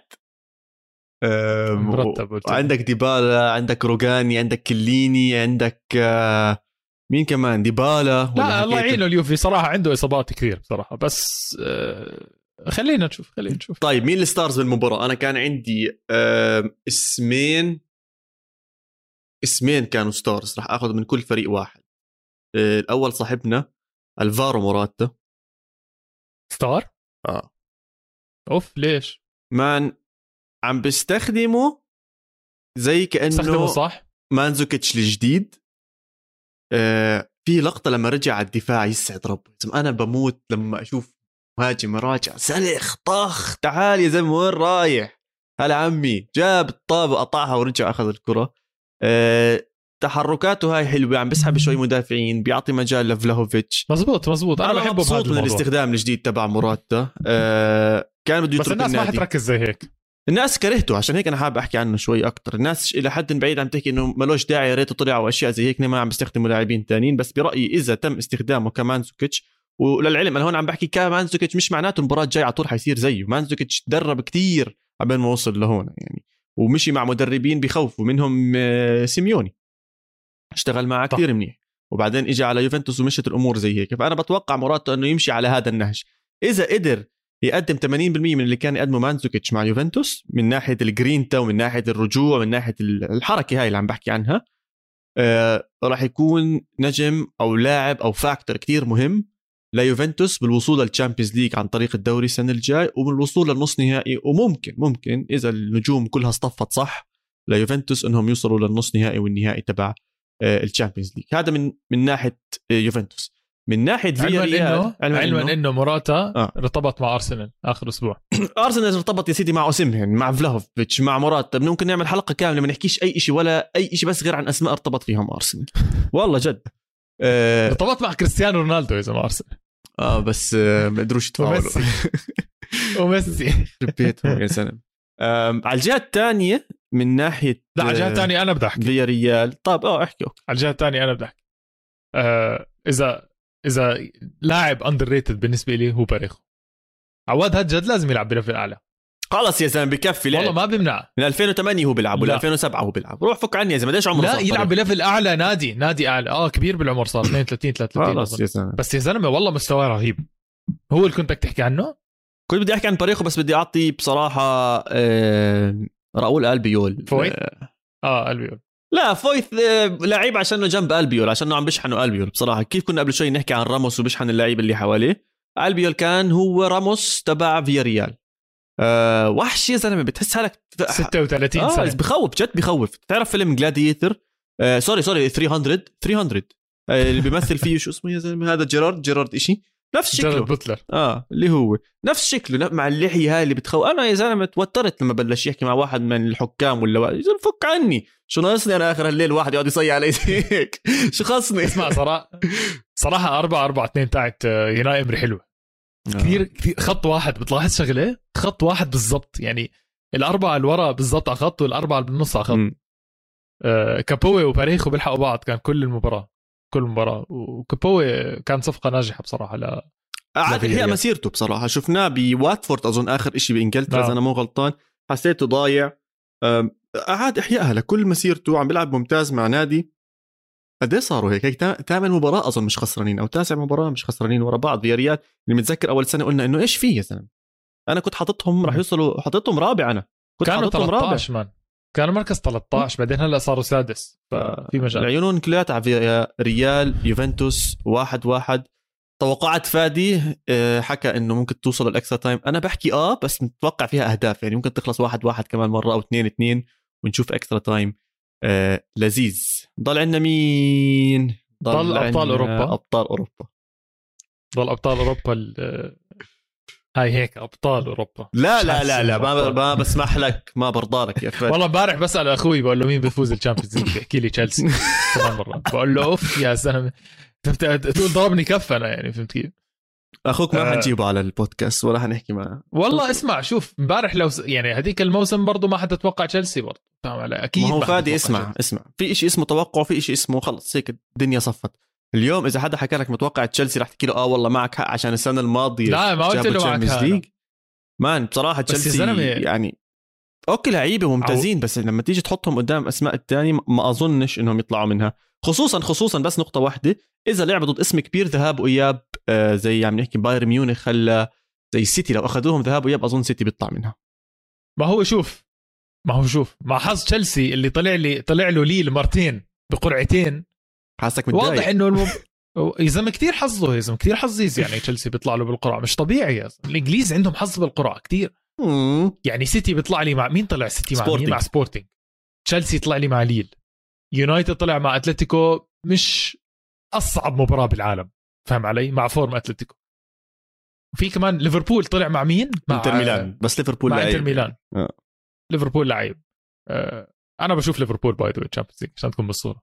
مرتب. عندك ديبالا، عندك روجاني، عندك كليني، عندك مين كمان ديبالا. لا الله يعينه اليوفي صراحه عنده اصابات كثير بصراحه. بس خلينا نشوف. طيب مين الستارز بالمباراه؟ انا كان عندي اسمين كانوا ستارز. راح اخذ من كل فريق واحد. الاول صاحبنا الفارو موراتا ستار. اوف ليش مان عم بيستخدموا زي كأنه صح مانزوكيتش الجديد. في لقطة لما رجع على الدفاع يسعد ربي، أنا بموت لما أشوف مهاجم راجع سلخ طخ تعال يا زلمة وين رايح، هلا عمي جاب الطاب وقطعها ورجع أخذ الكرة. تحركاته هاي حلوة، عم بسحب شوي مدافعين، بيعطي مجال لفلاهوفيتش. مزبوط أنا بحبه مبسوط من الاستخدام الجديد تبع موراتا. كان بده يترك بس الناس ما حتركز زي هيك، الناس كرهته، عشان هيك أنا حابب أحكي عنه شوي أكتر. الناس إلى حد بعيد عم تحكي إنه ملوش داعي، يا ريته طلع وأشياء زي هيك، ما عم بيستخدموا لاعبين تانيين. بس برأيي إذا تم استخدامه كمانزوكيتش، وللعلم أنا هون عم بحكي كمانزوكيتش مش معناته المباراة الجاية على طول حيصير زيه. مانزوكيتش تدرب كتير قبل ما وصل لهون يعني، ومشي مع مدربين بيخوفوا منهم سيميوني، اشتغل معه كتير منيح، وبعدين إجا على يوفنتوس ومشت الأمور زي هيك. فأنا بتوقع موراتا إنه يمشي على هذا النهج. إذا قدر يقدم 80% من اللي كان يقدمه مانزوكيتش مع يوفنتوس من ناحية الجرينتا ومن ناحية الرجوع من ناحية الحركة هاي اللي عم بحكي عنها، راح يكون نجم أو لاعب أو فاكتور كتير مهم ليوفنتوس بالوصول للتشامبيونز ليج عن طريق الدوري السنة الجاي، وبالوصول للنص نهائي، وممكن إذا النجوم كلها اصطفت صح ليوفنتوس إنهم يوصلوا للنص نهائي والنهائي تبع التشامبيونز ليج. هذا من ناحية يوفنتوس. من ناحيه فياريال علما انه موراتا ارتبط مع ارسنال اخر اسبوع. ارسنال ارتبط يا سيدي مع اوسيمهن، مع فلاهوفيتش، مع موراتا. ممكن نعمل حلقه كامله ما نحكيش اي شيء ولا اي شيء بس غير عن اسماء ارتبط فيهم ارسنال. والله جد ارتبط مع كريستيانو رونالدو اذا ما ارسنال بس ما قدروش يتفاعلوا. وميسي ربيتهم يا سلام. على الجهه الثانيه من ناحيه، لا على الجهه الثانيه انا بدي احكي فياريال. طب احكي على الجهه الثانيه انا بدي احكي. اذا لاعب اندر ريتد بالنسبه لي هو باريخو. عواد هجد لازم يلعب بليفل اعلى. خلص يا زلمه بكفي والله ما بيمنع. من 2008 هو بيلعب ولا 2007 هو بيلعب. روح فك عني يا زلمه، ليش عمره لا يلعب بليفل اعلى. نادي اعلى كبير بالعمر، صار 32 خلص يا زلمه. بس يا زلمه والله مستواه رهيب. هو اللي كنت تحكي عنه. كنت بدي احكي عن باريخو بس بدي اعطي بصراحه راؤول البيول. فويث البيول. لا فويث لعيب عشانه جنب البيول، عشانه عم بيشحنوا البيول بصراحه. كيف كنا قبل شوي نحكي عن راموس وبيشحن اللعيبه اللي حواليه، البيول كان هو راموس تبع فياريال. وحش يا زلمه، بتحس حالك 36 سنه. بخوف جد بخوف. تعرف فيلم جلاديتر؟ سوري 300 اللي بيمثل فيه شو اسمه يا زلمه هذا؟ جيرارد إشي نفس شكله، جيرارد بوتلر. اللي هو نفس شكله مع اللحيه هاي اللي بتخوف. انا يا زلمه توترت لما بلش يحكي مع واحد من الحكام ولا يا زلمه فك عني، شو ناقصني انا اخر الليل واحد يقعد يصيح علي هيك؟ شو خصني؟ اسمع صراحه 4-4-2 تاعت يناي امري حلوه كثير. خط واحد بتلاحظ شغله، خط واحد بالضبط يعني، الاربعه اللي ورا بالضبط على خط والاربعه اللي بالنص على خط. كابوي وباريخو بيلحقوا بعض كان كل المباراه. وكابوي كان صفقه ناجحه بصراحه. عاد هي مسيرته بصراحه شفناه بواتفورد اظن اخر إشي بانجلترا اذا انا مو غلطان. حسيته ضايع، عاد احيائها لكل مسيرته. عم بيلعب ممتاز مع نادي. قد صاروا هيك 8 مباراه اظن مش خسرانين، او 9 مباراه مش خسرانين ورا بعض. فياريال اللي متذكر اول سنه قلنا انه ايش فيه يا زلمه، انا كنت حاططهم راح يوصلوا، حاططهم رابع. انا كنت كانوا حاططهم 13 مان، كانوا مركز 13 بعدين هلا صاروا سادس. ففي مجال. العيونون كلها على ريال يوفنتوس 1-1. توقعات فادي حكى انه ممكن توصل الاكسترا تايم. انا بحكي بس متوقع فيها اهداف، يعني ممكن تخلص 1-1 كمان مره او 2-2 ونشوف اكسترا تايم. لذيذ. ضل عندنا مين؟ ضل ابطال اوروبا. ضل ابطال اوروبا هاي هيك ابطال اوروبا. لا ما بسمح لك، ما برضالك يا فادي. والله امبارح بسال اخوي بقول له مين بيفوز الشامبيونز ليج، بيحكي لي تشيلسي كمان مره. بقول له اوف يا زلمه تقول ضربني كف انا، يعني فهمت كيف؟ اخوك ما حنجيبه على البودكاست ولا حنحكي معه. والله اسمع شوف امبارح لو يعني هذيك الموسم برضو ما حدا توقع تشيلسي برضو، فاهم علي؟ اكيد. ما هو فادي اسمع في إشي اسمه توقع وفي إشي اسمه خلص هيك الدنيا صفت. اليوم اذا حدا حكى لك متوقع تشيلسي رح تحكي له والله معك حق عشان السنه الماضيه. لا ما قلت له معك حق مان. بصراحه تشيلسي يعني اوكي لعيبه ممتازين، بس لما تيجي تحطهم قدام اسماء الثاني ما اظنش انهم يطلعوا منها. خصوصا بس نقطه واحده، اذا لعبوا ضد اسم كبير ذهاب واياب زي عم نحكي بايرن ميونخ خلى زي سيتي، لو اخذوهم ذهاب واياب اظن سيتي بيطلع منها. ما هو شوف مع حظ تشيلسي اللي طلع له ليل مرتين بقرعتين. حاسك متضايق. واضح انه يا زلمه كثير حظه، يا زلمه كثير حظيز يعني. تشيلسي بيطلع له بالقرعه، مش طبيعي يا زلمه. الانجليز عندهم حظ بالقرعه كثير. يعني سيتي بيطلع لي مع مين؟ طلع سيتي مع مين؟ مع سبورتينج. تشيلسي طلع لي مع ليل. يونايتد طلع مع اتلتيكو، مش اصعب مباراه بالعالم، فهم علي؟ مع فورم اتلتيكو. في كمان ليفربول طلع مع مين؟ مع انتر ميلان. بس ليفربول مع لعيب انتر ميلان. ليفربول لعيب. انا بشوف ليفربول باي ذا تشامبيونز ليج عشان تكون بالصوره.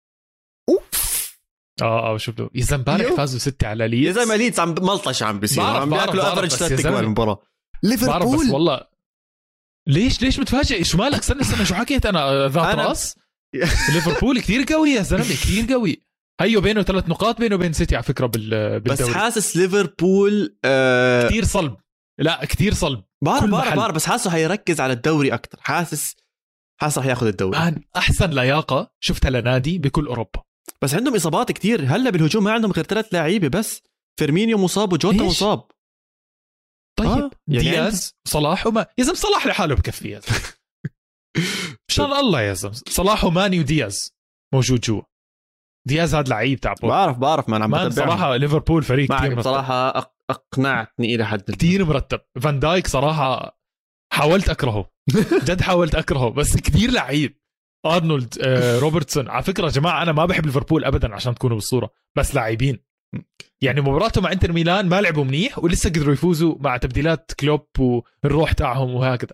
بشوف له. يا زلمه امبارح فازوا 6 على ليدز. يا زلمه ليدز عم ملطش، عم بيصير عم بياكلوا افرج 3 جوال المباراه. ليفربول بس والله ليش متفاجئ؟ شو مالك؟ استنى شو حكيت انا؟ ذات راس. ليفربول كثير قوي يا زلمه، كثير قوي. هيو بينه 3 نقاط بينه وبين سيتي على فكره بالدوري. بس حاسس ليفربول كثير صلب. لا كثير صلب. بعرف بس حاسه هيركز على الدوري اكثر. حاسس رح ياخذ الدوري. احسن لياقه شفتها لنادي بكل اوروبا. بس عندهم اصابات كتير. هلا بالهجوم ما عندهم غير 3 لاعيبه بس. فيرمينيو مصاب وجوتا مصاب. طيب دياز صلاح وما يا زلمه صلاح لحاله بكفي يا زلمه. ان شاء الله يا زلمه صلاح وماني ودياز موجود جوا. دياز هذا لعيب تاع بعرف ما عم بتابع صراحه. ليفربول فريق كثير مرتب صراحه. اقنعتني الى حد كثير مرتب. فان دايك صراحه حاولت اكرهه جد حاولت اكرهه، بس كثير لعيب. ارنولد روبرتسون على فكره يا جماعه، انا ما بحب ليفربول ابدا عشان تكونوا بالصوره، بس لاعبين. يعني مباراتهم مع انتر ميلان ما لعبوا منيح ولسه قدروا يفوزوا مع تبديلات كلوب والروح تاعهم وهكذا.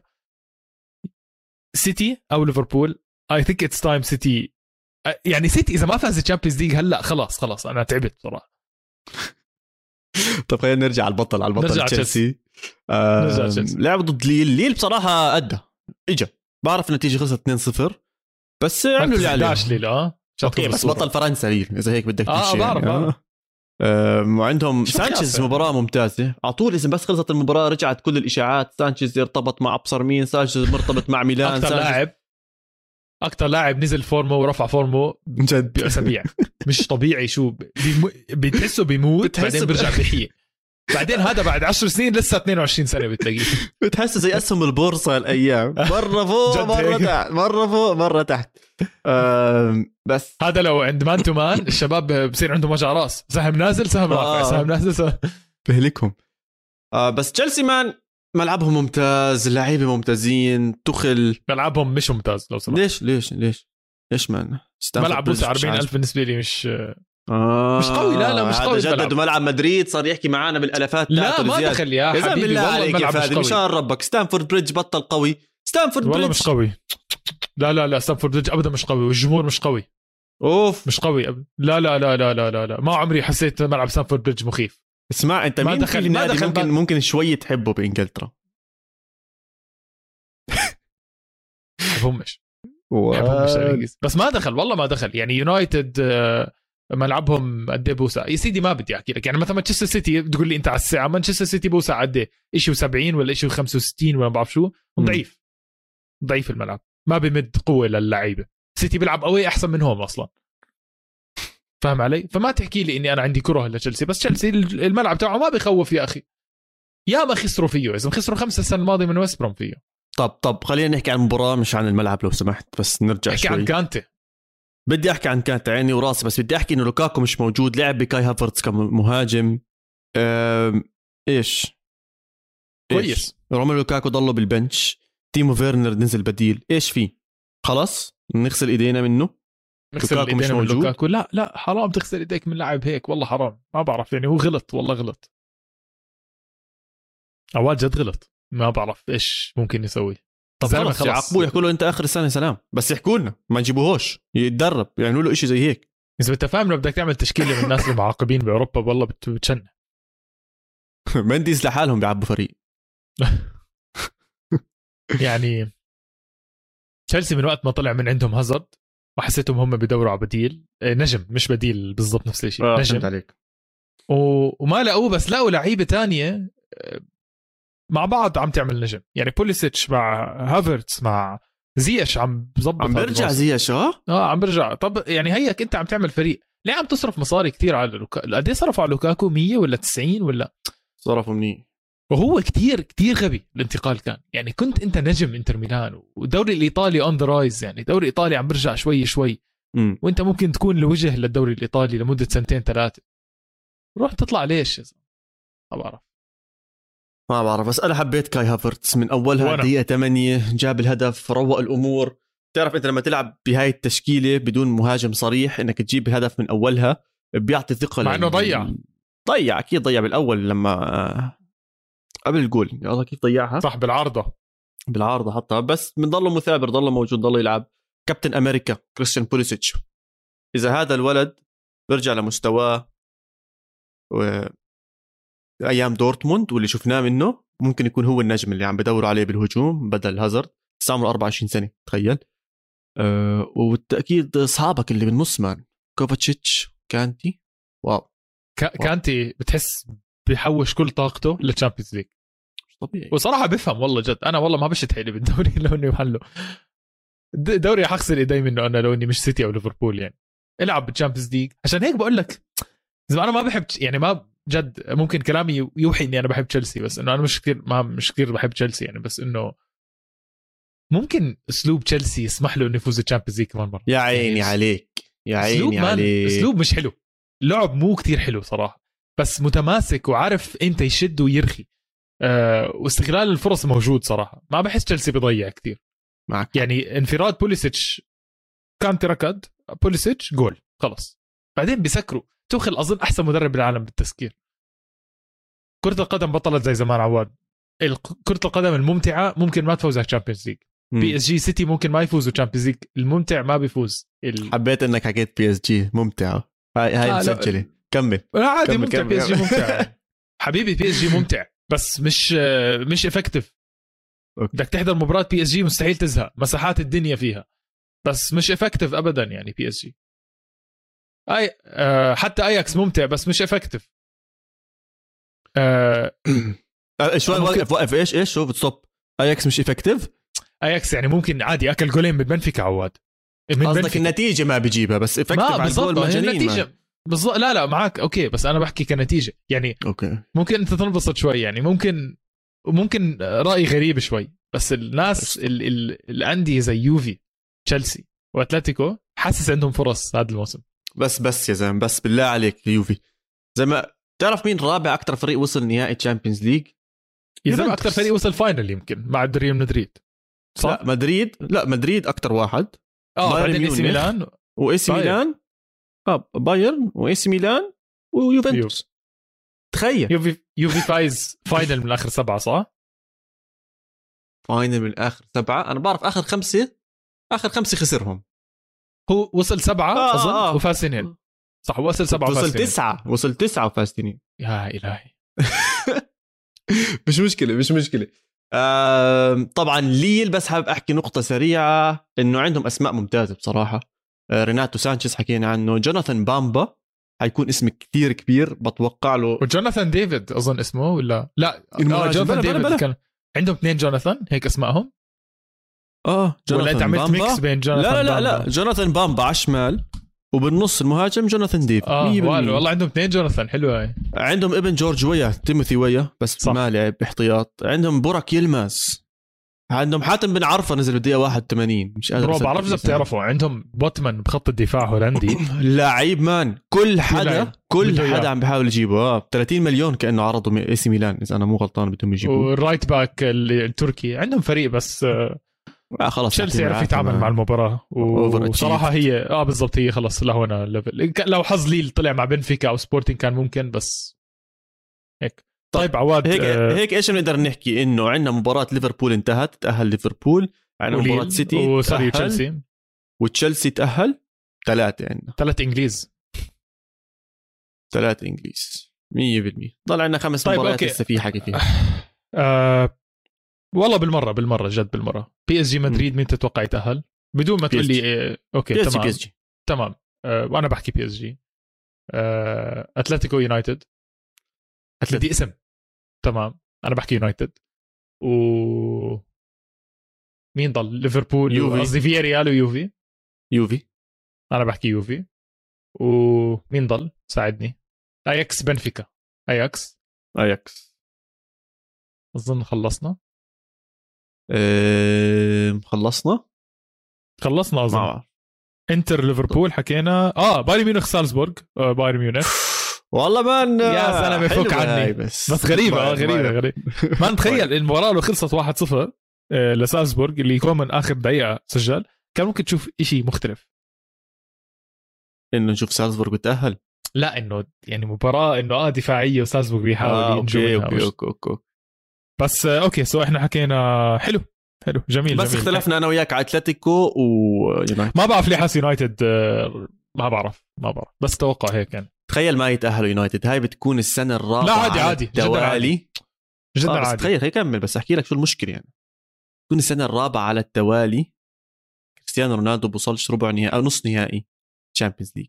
سيتي او ليفربول اي ثينك اتس تايم سيتي. يعني سيتي اذا ما فاز الشامبيونز ليج هلا خلاص انا تعبت صراحه. طب خلينا نرجع على البطل تشيلسي. لعب ضد ليل بصراحه ادى اجا. بعرف النتيجه خلصت 2-0 بس عملوا اللي عليهم. ليل اوكي بس بطل فرنسا ليل اذا هيك بدك تمشي. بعرف. وعندهم سانشيز مباراة ممتازة على طول. إذا بس خلصت المباراة رجعت كل الإشاعات. سانشيز يرتبط مع أبصر مين. سانشيز مرتبط مع ميلان. أكتر لاعب نزل فورمه ورفع فورمه جد بأسابيع. مش طبيعي. شو بتحسه بيموت بعدين بيرجع بيحيي. بعدين هذا بعد 10 سنين لسه 22 سنة بتلاقيه. بتحسه زي أسهم البورصة الأيام. مرة فوق مرة تحت، مرة فوق مرة تحت. بس هذا لو عند مان تو مان الشباب بصير عندهم وجع راس. سهم نازل سهم رافع سهم نازل سهم بهلكهم. بس تشيلسي مان ملعبهم ممتاز. اللعيبة ممتازين. تخل ملعبهم مش ممتاز لو سمحت. ليش مان ملعب بوسع 40,000 بالنسبة لي مش قوي. لا مش قوي. جددوا ملعب مدريد صار يحكي معانا بالالافات. لا ما دخل يا حبيبي والله الملعب مش قوي. مشان ربك ستانفورد بريدج بطل قوي. ستانفورد والله بريدج مش قوي. لا ستانفورد بريدج ابدا مش قوي والجمهور مش قوي. مش قوي أبدا. لا ما عمري حسيت ملعب ستانفورد بريدج مخيف. اسمع انت ما دخل ممكن شوي تحبه بانجلترا. همش بس ما دخل والله ما دخل. يعني يونايتد ملعبهم قد ايه بوسع يا سيدي؟ ما بدي احكي لك. يعني مثلا مانشستر سيتي تقول لي انت على الساعه مانشستر سيتي بوسع قد ايه؟ شيء 70 ولا شيء 65 ولا ما بعرف شو. ضعيف الملعب ما بيمد قوه للعيبه. سيتي بيلعب قوي احسن منهم اصلا. فاهم علي؟ فما تحكي لي اني انا عندي كره لتشيلسي. بس تشيلسي الملعب تاعه ما بيخوف يا اخي. يا ما خسروا فيه. اذا خسروا 5 السنه الماضيه من ويست بروم فيه. طب خلينا نحكي عن المباراه مش عن الملعب لو سمحت. بس نرجع شوي. عن كانتي. بدي احكي عن كانتي عيني وراسي. بس بدي احكي انه لوكاكو مش موجود. لعب بكاي هافرتز كمهاجم. ايش كويس. روميلو لوكاكو ضله بالبنش. تيمو فيرنر نزل بديل. ايش فيه؟ خلاص نغسل ايدينا منه. نغسل ايدينا من لوكاكو. لا حرام تغسل ايديك من لاعب هيك. والله حرام. ما بعرف يعني هو غلط والله غلط. عواد جد غلط. ما بعرف ايش ممكن يسوي. طب خلص يعاقبوه يحكوا له انت اخر السنه سلام. بس يحكوا لنا ما نجيبوهوش يتدرب. يعملوا له شيء زي هيك. اذا انت فاهم لو بدك تعمل تشكيله من الناس المعاقبين باوروبا والله بتشن. منديز لحالهم بيعبوا فريق. يعني تشيلسي من وقت ما طلع من عندهم هازارد وحسيتهم هم بيدوروا على بديل. نجم مش بديل بالضبط نفس الشيء. نجم عليك. وما لقوه. بس لقوا لعيبه تانية مع بعض عم تعمل نجم. يعني بوليسيتش مع هافرتس مع زياش عم بظبط. عم برجع زياش. عم برجع. طب يعني هيك انت عم تعمل فريق. ليه عم تصرف مصاري كتير على قد ايه صرفوا على لوكاكو؟ 100 ولا 90 ولا صرفوا مني. وهو كتير غبي الانتقال كان. يعني كنت انت نجم انتر ميلان والدوري الايطالي اون ذا رايز. يعني الدوري الايطالي عم برجع شوي وانت ممكن تكون الوجه للدوري الايطالي لمده 2-3 روح تطلع ليش يا زلمه؟ ما بعرف بس انا حبيت كاي هافرتس من اولها. دقيقه 8 جاب الهدف، روق الامور. تعرف انت لما تلعب بهاي التشكيله بدون مهاجم صريح انك تجيب الهدف من اولها بيعطي ثقه. مع انه ضيع اكيد ضيع بالاول لما قبل الجول. الله كيف ضيعها صح بالعارضه حطها، بس بنضله مثابر، ضله موجود، ضله يلعب. كابتن امريكا كريستيان بوليسيتش، اذا هذا الولد بيرجع لمستواه ايام دورتموند واللي شفناه منه ممكن يكون هو النجم اللي عم بدوروا عليه بالهجوم بدل هازارد. عمره 24 سنه تخيل. والتاكيد اصحابك اللي بالنص مان كوفاتشيتش كانتي. واو كانتي بتحس بيحوش كل طاقته للتشامبيونز ليج. مش طبيعي وصراحه بفهم والله جد. انا والله ما بشت حيلي بالدوري لو اني محله دوري حخسر ايدي منه انا لو اني مش سيتي او ليفربول. يعني العب بالتشامبيونز ليج. عشان هيك بقول لك زي انا ما بحب يعني ما جد ممكن كلامي يوحي اني انا بحب تشيلسي بس انه انا مش كثير بحب تشيلسي يعني. بس انه ممكن اسلوب تشيلسي يسمح له انه يفوز الشامبيونز ليج كمان مره. يا عيني عليك يا عيني عليك. اسلوب مش حلو، لعب مو كتير حلو صراحه، بس متماسك وعارف انت يشد ويرخي. واستغلال الفرص موجود صراحه. ما بحس تشيلسي بيضيع كتير معك. يعني انفراد بوليسيتش كان ركض بوليسيتش جول خلص، بعدين بيسكروا. توخل اظن احسن مدرب بالعالم بالتسكير. كرة القدم بطلت زي زمان عواد. كرة القدم الممتعة ممكن ما تفوز على الشامبيونز ليج. بي اس جي سيتي ممكن ما يفوزوا الشامبيونز ليج. الممتع ما بيفوز حبيت انك حكيت بي اس جي ممتعة. هاي مسجلة. كمل. عادي كمل ممتع. بي اس جي ممتع حبيبي. بي اس جي ممتع بس مش افكتيف. بدك تحضر مباراة بي اس جي مستحيل تزهق. مساحات الدنيا فيها بس مش افكتيف ابدا. يعني بي اس جي حتى اياكس ممتع بس مش افكتيف. شوي وقف ايش شوف ستوب. اياكس مش افكتيف. اياكس يعني ممكن عادي اكل جولين من بنفيكا عواد. قصدك النتيجه ما بيجيبها بس افكتيف على الجول مجانين. بالضبط. لا معك اوكي بس انا بحكي كنتيجه يعني. اوكي ممكن انت تنبسط شوي يعني. ممكن راي غريب شوي بس الناس الانديه زي يوفي تشيلسي واتلتيكو حاسس عندهم فرص هذا الموسم. بس يا زلمه بس بالله عليك يوفي زي ما تعرف مين رابع اكثر فريق وصل نهائي تشامبيونز ليج؟ يزم اكثر فريق وصل فاينل يمكن مع ريال مدريد صح. لا مدريد اكثر واحد. بعدين اي سي ميلان واي سي ميلان. بايرن واي سي ميلان ويوفنتوس. تخيل يوفي فايز فاينل من اخر 7 صح؟ فاينل من اخر 7. انا بعرف اخر 5 خسرهم. هو وصل 7 اظن وفاز 2 صح. وصل 7 وصل 9 وفاز 2. يا الهي. مش مشكله. طبعا ليل بس حابب احكي نقطه سريعه انه عندهم اسماء ممتازه بصراحه. ريناتو سانشيز حكينا عنه. جوناثان بامبا حيكون اسم كتير كبير بتوقع له. وجوناثان ديفيد اظن اسمه ولا لا؟ جوناثان ديفيد كان عندهم 2 جوناثان هيك اسمائهم. ولا انت عملت ميكس بين جوناثان لا جوناثان بامبا على الشمال وبالنص المهاجم جوناثان ديفيد. والله عندهم 2 جوناثان حلوه هاي. عندهم ابن جورج ويا تيموثي ويا بس صح. ما لعب احتياط. عندهم بوراك يلماس. عندهم حاتم بن عرفة نزل بالدقيقة 81. مش قادر بعرف اذا بتعرفوا. عندهم بوتمان بخط الدفاع هولندي لعيب مان. كل حدا عم بيحاول يجيبه. 30 مليون كأنه عرضوا من اي سي ميلان اذا انا مو غلطان بدهم يجيبوه. والرايت باك التركي عندهم فريق بس خلاص تشيلسي يعرف يتعامل مع المباراة. وصراحة هي بالضبط هي خلص لهنا الليفل. لو حظ ليل طلع مع بنفيكا او سبورتينج كان ممكن بس هيك. طيب عواد هيك ايش بنقدر نحكي انه عندنا مباراة ليفربول انتهت. تأهل ليفربول. عندنا مباراة سيتي وتشيلسي وتشيلسي تأهل. 3 عندنا 3 انجليز 100%. ضل عندنا 5 مباريات لسه في حكي فيها. والله بالمره جد بالمره. بي اس جي مدريد مين تتوقع يتأهل بدون ما تقول لي اوكي تمام بي اس جي. تمام. وانا بحكي بي اس جي. اتلتيكو يونايتد. بدي اسم. تمام انا بحكي يونايتد. و مين ضل؟ ليفربول قصدي فيا ريال ويوفي. انا بحكي يوفي. ومين ضل؟ ساعدني. اياكس بنفيكا. اياكس اظن خلصنا. خلصنا اظن انتر ليفربول حكينا. بايرن ميونخ سالزبورغ. بايرن ميونخ والله ما يا زلمه فك عني. بس غريبه غريبه ما نتخيل المباراه لو خلصت 1-0 لسالزبورغ اللي يكون من اخر دقيقه سجل، كان ممكن تشوف إشي مختلف. انه نشوف سالزبورغ بتأهل، لا انه يعني مباراه انه دفاعيه وسالزبورغ بيحاول ينجو. أوكي. بس اوكي سو احنا حكينا حلو جميل. بس اختلفنا انا وياك على اتلتيكو ويونايتد. ما بعرف ليه حاس يونايتد، ما بعرف بس توقع هيك يعني. تخيل ما يتأهلوا يونايتد، هاي بتكون السنة الرابعة. لا عادي توالي جدا عادي. تخيل هي كمل بس احكي لك شو المشكلة يعني. تكون السنة الرابعة على التوالي كريستيانو رونالدو بوصلش ربع نهائي او نص نهائي تشامبيونز ليج.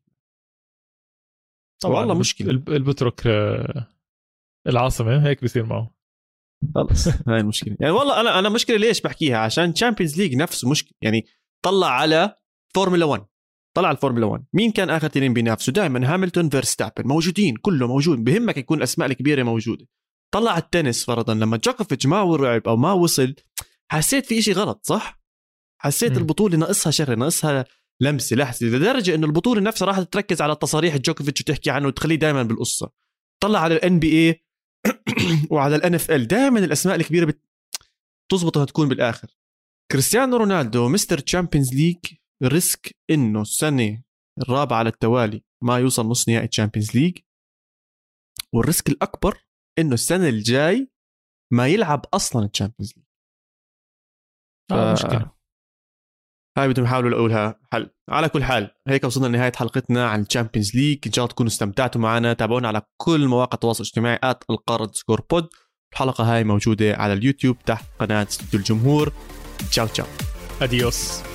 والله مشكلة البترك العاصمة هيك بيصير معه خلص. هاي المشكلة يعني. والله انا مشكلة ليش بحكيها، عشان تشامبيونز ليج نفسه مشكلة يعني. طلع على فورمولا 1، طلع على الفورمولا 1 مين كان اخر تنين بينافسوا؟ دائما هاملتون فيرستابن موجودين، كله موجود، بهمك يكون الاسماء الكبيره موجوده. طلع على التنس فرضا لما جوكوفيتش ما ورعب او ما وصل، حسيت في إشي غلط صح. حسيت البطوله ناقصها شغله، ناقصها لمسه لحظه، لدرجه انه البطوله نفسها راح تركز على تصاريح جوكوفيتش وتحكي عنه وتخليه دائما بالقصه. طلع على NBA وعلى NFL، دائما الاسماء الكبيره بتزبط انها تكون بالاخر. كريستيانو رونالدو مستر تشامبيونز ليج، ريسك انه السنه الرابعه على التوالي ما يوصل نص نهائي تشامبيونز ليج، والريسك الاكبر انه السنه الجاي ما يلعب اصلا تشامبيونز ليج. مشكله هاي بدهم يحاولوا لها حل. على كل حال هيك وصلنا لنهايه حلقتنا عن الشامبيونز ليج. ان شاء الله تكونوا استمتعتوا معنا. تابعونا على كل مواقع التواصل الاجتماعي @القرد_بود. الحلقه هاي موجوده على اليوتيوب تحت قناه استوديو الجمهور. تشاو اديوس.